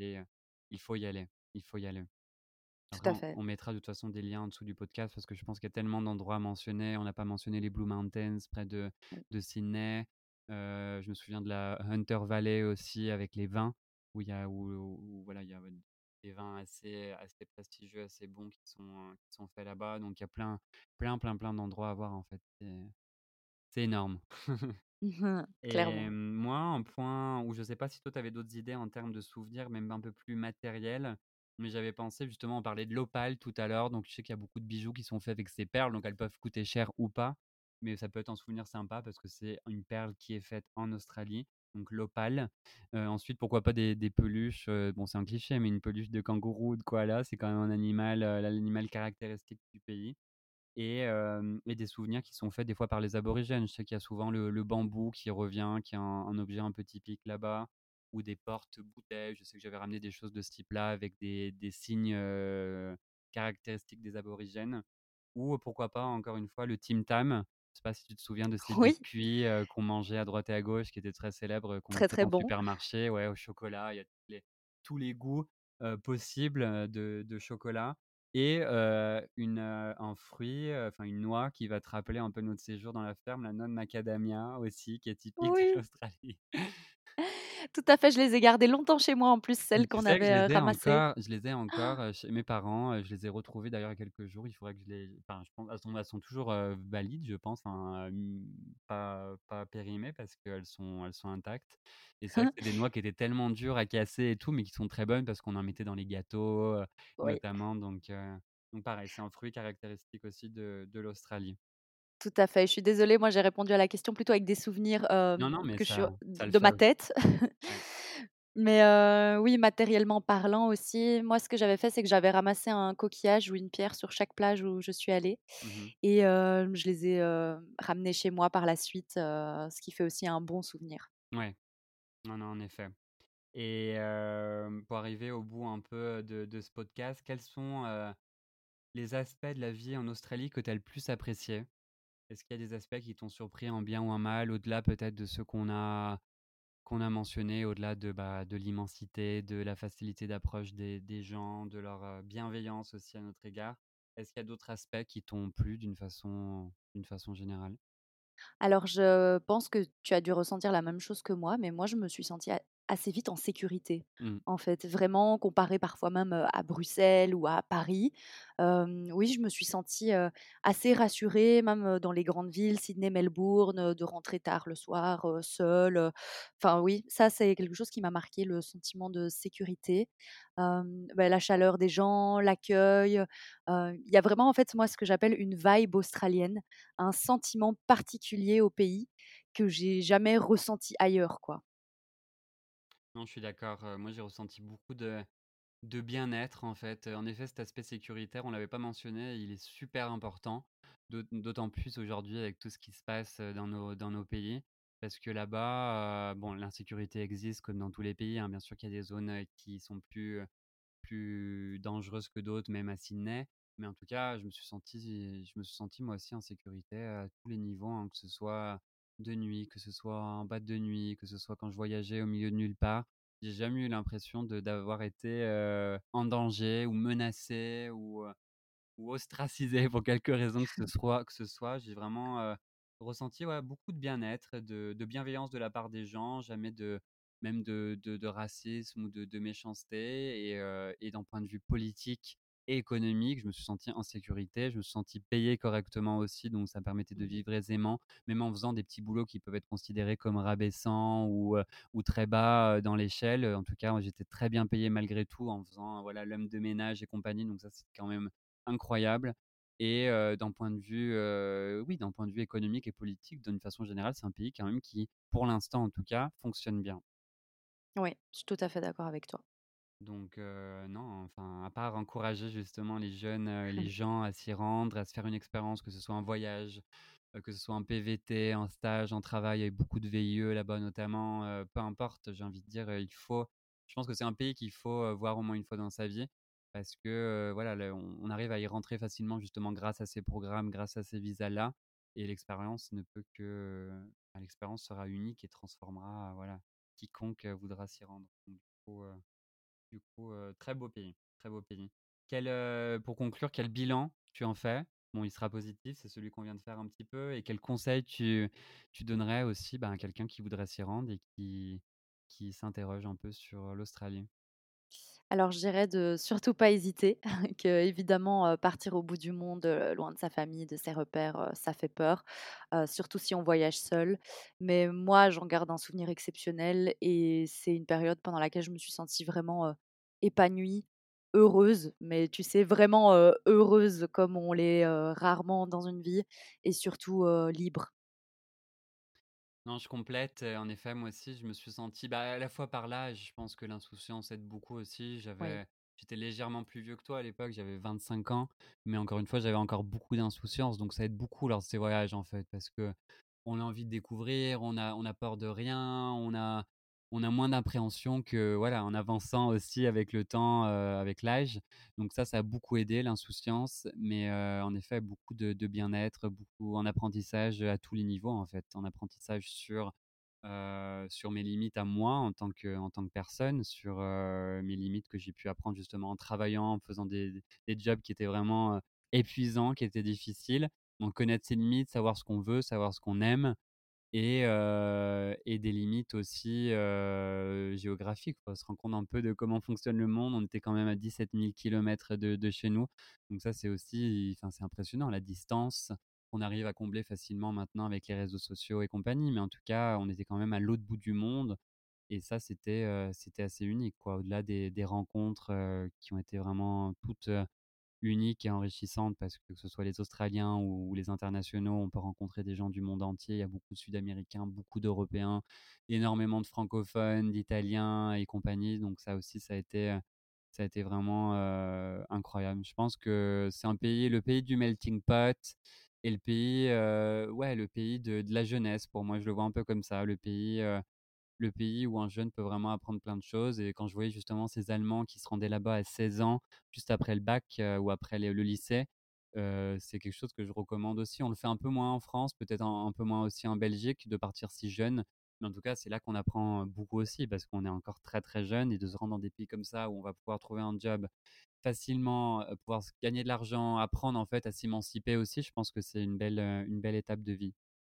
il faut y aller. Il faut y aller. Tout Après, à on, fait. on mettra de toute façon des liens en dessous du podcast parce que je pense qu'il y a tellement d'endroits à mentionner. On n'a pas mentionné les Blue Mountains près Oui. de Sydney. Je me souviens de la Hunter Valley aussi avec les vins voilà, il y a des vins assez prestigieux, assez bons qui sont faits là-bas. Donc il y a plein d'endroits à voir en fait. C'est énorme. Et Clairement. moi, un point où je sais pas si toi tu avais d'autres idées en termes de souvenirs, même un peu plus matériels, mais j'avais pensé justement, on parlait de l'opale tout à l'heure, donc je sais qu'il y a beaucoup de bijoux qui sont faits avec ces perles, donc elles peuvent coûter cher ou pas, mais ça peut être un souvenir sympa parce que c'est une perle qui est faite en Australie, donc l'opale. Ensuite, pourquoi pas des peluches, bon c'est un cliché, mais une peluche de kangourou ou de koala, c'est quand même un animal, l'animal caractéristique du pays et des souvenirs qui sont faits des fois par les aborigènes. Je sais qu'il y a souvent le bambou qui revient, qui est un objet un peu typique là-bas, ou des porte-bouteilles. Je sais que j'avais ramené des choses de ce type-là avec des signes caractéristiques des aborigènes. Ou pourquoi pas, encore une fois, le Tim Tam. Je sais pas si tu te souviens de ces Oui, biscuits qu'on mangeait à droite et à gauche, qui étaient très célèbres, qu'on très, achète très en bon. supermarché, ouais, au chocolat. Il y a tous les goûts possibles de chocolat et un fruit, enfin une noix qui va te rappeler un peu notre séjour dans la ferme, la noix de macadamia aussi, qui est typique de Oui, l'Australie. tout à fait, je les ai gardées longtemps chez moi en plus, celles Tu qu'on sais que avait, ramassées. je les ai encore, chez mes parents, je les ai retrouvées d'ailleurs il y a quelques jours. Il faudrait que je les enfin je pense elles sont toujours, valides je pense, hein, pas périmées parce elles sont intactes et c'est vrai que c'est des noix qui étaient tellement dures à casser et tout, mais qui sont très bonnes parce qu'on en mettait dans les gâteaux, Oui, notamment donc pareil, c'est un fruit caractéristique aussi de l'Australie. tout à fait. Je suis désolée, moi j'ai répondu à la question plutôt avec des souvenirs, Non, non, mais que je suis ça le de fait ma aussi. tête. Ouais. Mais oui, matériellement parlant aussi, moi ce que j'avais fait, c'est que j'avais ramassé un coquillage ou une pierre sur chaque plage où je suis allée Mmh. et je les ai, ramenés chez moi par la suite, ce qui fait aussi un bon souvenir. Ouais. Non, non, en effet. Et pour arriver au bout un peu de ce podcast, quels sont, les aspects de la vie en Australie que tu as le plus appréciés? Est-ce qu'il y a des aspects qui t'ont surpris en bien ou en mal, au-delà peut-être de ceux qu'on a mentionnés, au-delà de l'immensité, de la facilité d'approche des gens, de leur, bienveillance aussi à notre égard? Est-ce qu'il y a d'autres aspects qui t'ont plu d'une façon générale? Alors je pense que tu as dû ressentir la même chose que moi, mais moi je me suis sentie a assez vite en sécurité, Mmh. en fait. Vraiment comparé parfois même, à Bruxelles ou à Paris. Oui, je me suis sentie, assez rassurée, même, dans les grandes villes, Sydney, Melbourne, de rentrer tard le soir, seule, enfin oui, ça c'est quelque chose qui m'a marqué, le sentiment de sécurité. La chaleur des gens, l'accueil, il y a vraiment en fait moi ce que j'appelle une vibe australienne, un sentiment particulier au pays que j'ai jamais ressenti ailleurs, quoi. Non, je suis d'accord, moi j'ai ressenti beaucoup de bien-être en fait, en effet cet aspect sécuritaire, on l'avait pas mentionné, il est super important, d'autant plus aujourd'hui avec tout ce qui se passe, dans nos pays. Parce que là-bas, bon l'insécurité existe comme dans tous les pays, hein, bien sûr qu'il y a des zones, qui sont plus dangereuses que d'autres, même à Sydney. Mais en tout cas, je me suis senti moi aussi en sécurité à tous les niveaux, hein, que ce soit de nuit, que ce soit en boîte de nuit, que ce soit quand je voyageais au milieu de nulle part. J'ai jamais eu l'impression d'avoir été, en danger ou menacé ou ostracisé pour quelque raison que ce soit. J'ai vraiment, ressenti, ouais, beaucoup de bien-être, de bienveillance de la part des gens, jamais de racisme ou de méchanceté et d'un point de vue politique et économique, je me suis senti en sécurité. Je me suis senti payé correctement aussi, donc ça permettait de Mmh. vivre aisément, même en faisant des petits boulots qui peuvent être considérés comme rabaissants ou très bas, dans l'échelle. En tout cas, moi, j'étais très bien payé malgré tout en faisant, voilà, l'homme de ménage et compagnie, donc ça, c'est quand même incroyable et d'un point de vue économique et politique, d'une façon générale, c'est un pays quand même qui, pour l'instant en tout cas, fonctionne bien. Oui, je suis tout à fait d'accord avec toi. Donc non, enfin, à part encourager justement les jeunes, les gens à s'y rendre, à se faire une expérience, que ce soit un voyage, que ce soit en PVT, en stage, en travail, il y a beaucoup de VIE là-bas notamment, peu importe, j'ai envie de dire, je pense que c'est un pays qu'il faut, voir au moins une fois dans sa vie parce que, voilà, on arrive à y rentrer facilement justement grâce à ces programmes, grâce à ces visas-là et l'expérience ne peut que, enfin, l'expérience sera unique et transformera, voilà, quiconque, voudra s'y rendre. Donc du coup, très beau pays, très beau pays. Pour conclure, quel bilan tu en fais? Bon, il sera positif, c'est celui qu'on vient de faire un petit peu et quel conseil tu donnerais aussi, à quelqu'un qui voudrait s'y rendre et qui s'interroge un peu sur l'Australie? Alors je dirais de surtout pas hésiter, qu'évidemment, partir au bout du monde, loin de sa famille, de ses repères, ça fait peur, surtout si on voyage seul. Mais moi, j'en garde un souvenir exceptionnel et c'est une période pendant laquelle je me suis sentie vraiment, épanouie, heureuse, mais tu sais vraiment, heureuse comme on l'est, rarement dans une vie et surtout, libre. Non, je complète, en effet, moi aussi, je me suis senti, à la fois par l'âge, je pense que l'insouciance aide beaucoup aussi. Oui. J'étais légèrement plus vieux que toi à l'époque, j'avais 25 ans, mais encore une fois, j'avais encore beaucoup d'insouciance, donc ça aide beaucoup lors de ces voyages, en fait, parce que on a envie de découvrir, on a peur de rien, on a moins d'appréhension que, voilà, en avançant aussi avec le temps, avec l'âge. Donc ça a beaucoup aidé l'insouciance, mais en effet, beaucoup de bien-être, beaucoup en apprentissage, à tous les niveaux, en fait. En apprentissage sur mes limites à moi en tant que personne, sur, mes limites que j'ai pu apprendre justement en travaillant, en faisant des jobs qui étaient vraiment, épuisants, qui étaient difficiles. Donc connaître ses limites, savoir ce qu'on veut, savoir ce qu'on aime et des limites aussi, géographiques. Faut se rendre compte un peu de comment fonctionne le monde. On était quand même à 17 000 kilomètres de chez nous. Donc ça, c'est aussi, enfin, c'est impressionnant la distance qu'on arrive à combler facilement maintenant avec les réseaux sociaux et compagnie. Mais en tout cas, on était quand même à l'autre bout du monde et ça, c'était assez unique, quoi. Au-delà des rencontres, qui ont été vraiment toutes, unique et enrichissante parce que ce soit les Australiens ou les internationaux, on peut rencontrer des gens du monde entier. Il y a beaucoup de Sud-Américains, beaucoup d'Européens, énormément de francophones, d'Italiens et compagnie. Donc ça aussi, ça a été vraiment, incroyable. Je pense que c'est le pays du melting pot et le pays de la jeunesse. Pour moi, je le vois un peu comme ça, le pays où un jeune peut vraiment apprendre plein de choses. Et quand je voyais justement ces Allemands qui se rendaient là-bas à 16 ans, juste après le bac ou après le lycée, c'est quelque chose que je recommande aussi. On le fait un peu moins en France, peut-être un peu moins aussi en Belgique, de partir si jeune. Mais en tout cas, c'est là qu'on apprend beaucoup aussi parce qu'on est encore très très jeune et de se rendre dans des pays comme ça où on va pouvoir trouver un job facilement, pouvoir gagner de l'argent, apprendre en fait à s'émanciper aussi, je pense que c'est une belle étape de vie.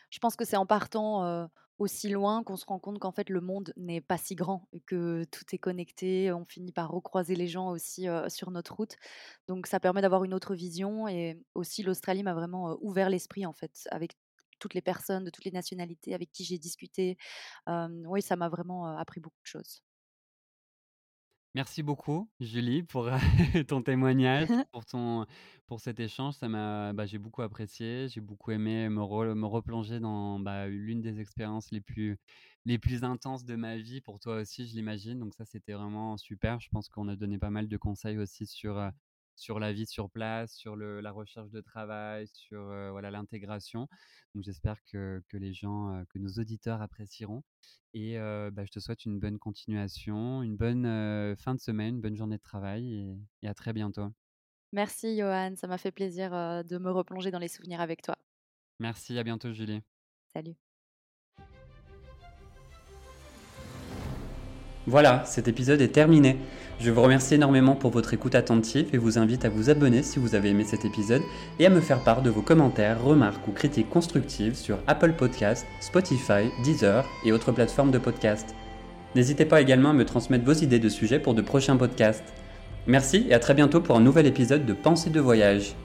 Je pense que c'est en partant, aussi loin qu'on se rend compte qu'en fait le monde n'est pas si grand et que tout est connecté. On finit par recroiser les gens aussi, sur notre route. Donc ça permet d'avoir une autre vision et aussi l'Australie m'a vraiment, ouvert l'esprit en fait, avec toutes les personnes de toutes les nationalités avec qui j'ai discuté. Oui, ça m'a vraiment, appris beaucoup de choses. Merci beaucoup Julie pour ton témoignage, pour cet échange. J'ai beaucoup apprécié, j'ai beaucoup aimé me replonger dans, l'une des expériences les plus intenses de ma vie, pour toi aussi, je l'imagine. Donc ça, c'était vraiment super. Je pense qu'on a donné pas mal de conseils aussi sur la vie sur place, sur la recherche de travail, sur, voilà, l'intégration. Donc j'espère que les gens, que nos auditeurs apprécieront. Et je te souhaite une bonne continuation, une bonne, fin de semaine, une bonne journée de travail et à très bientôt. Merci Johan, ça m'a fait plaisir, de me replonger dans les souvenirs avec toi. Merci, à bientôt Julie. Salut. Voilà, cet épisode est terminé. Je vous remercie énormément pour votre écoute attentive et vous invite à vous abonner si vous avez aimé cet épisode et à me faire part de vos commentaires, remarques ou critiques constructives sur Apple Podcasts, Spotify, Deezer et autres plateformes de podcast. N'hésitez pas également à me transmettre vos idées de sujets pour de prochains podcasts. Merci et à très bientôt pour un nouvel épisode de Pensée de voyage.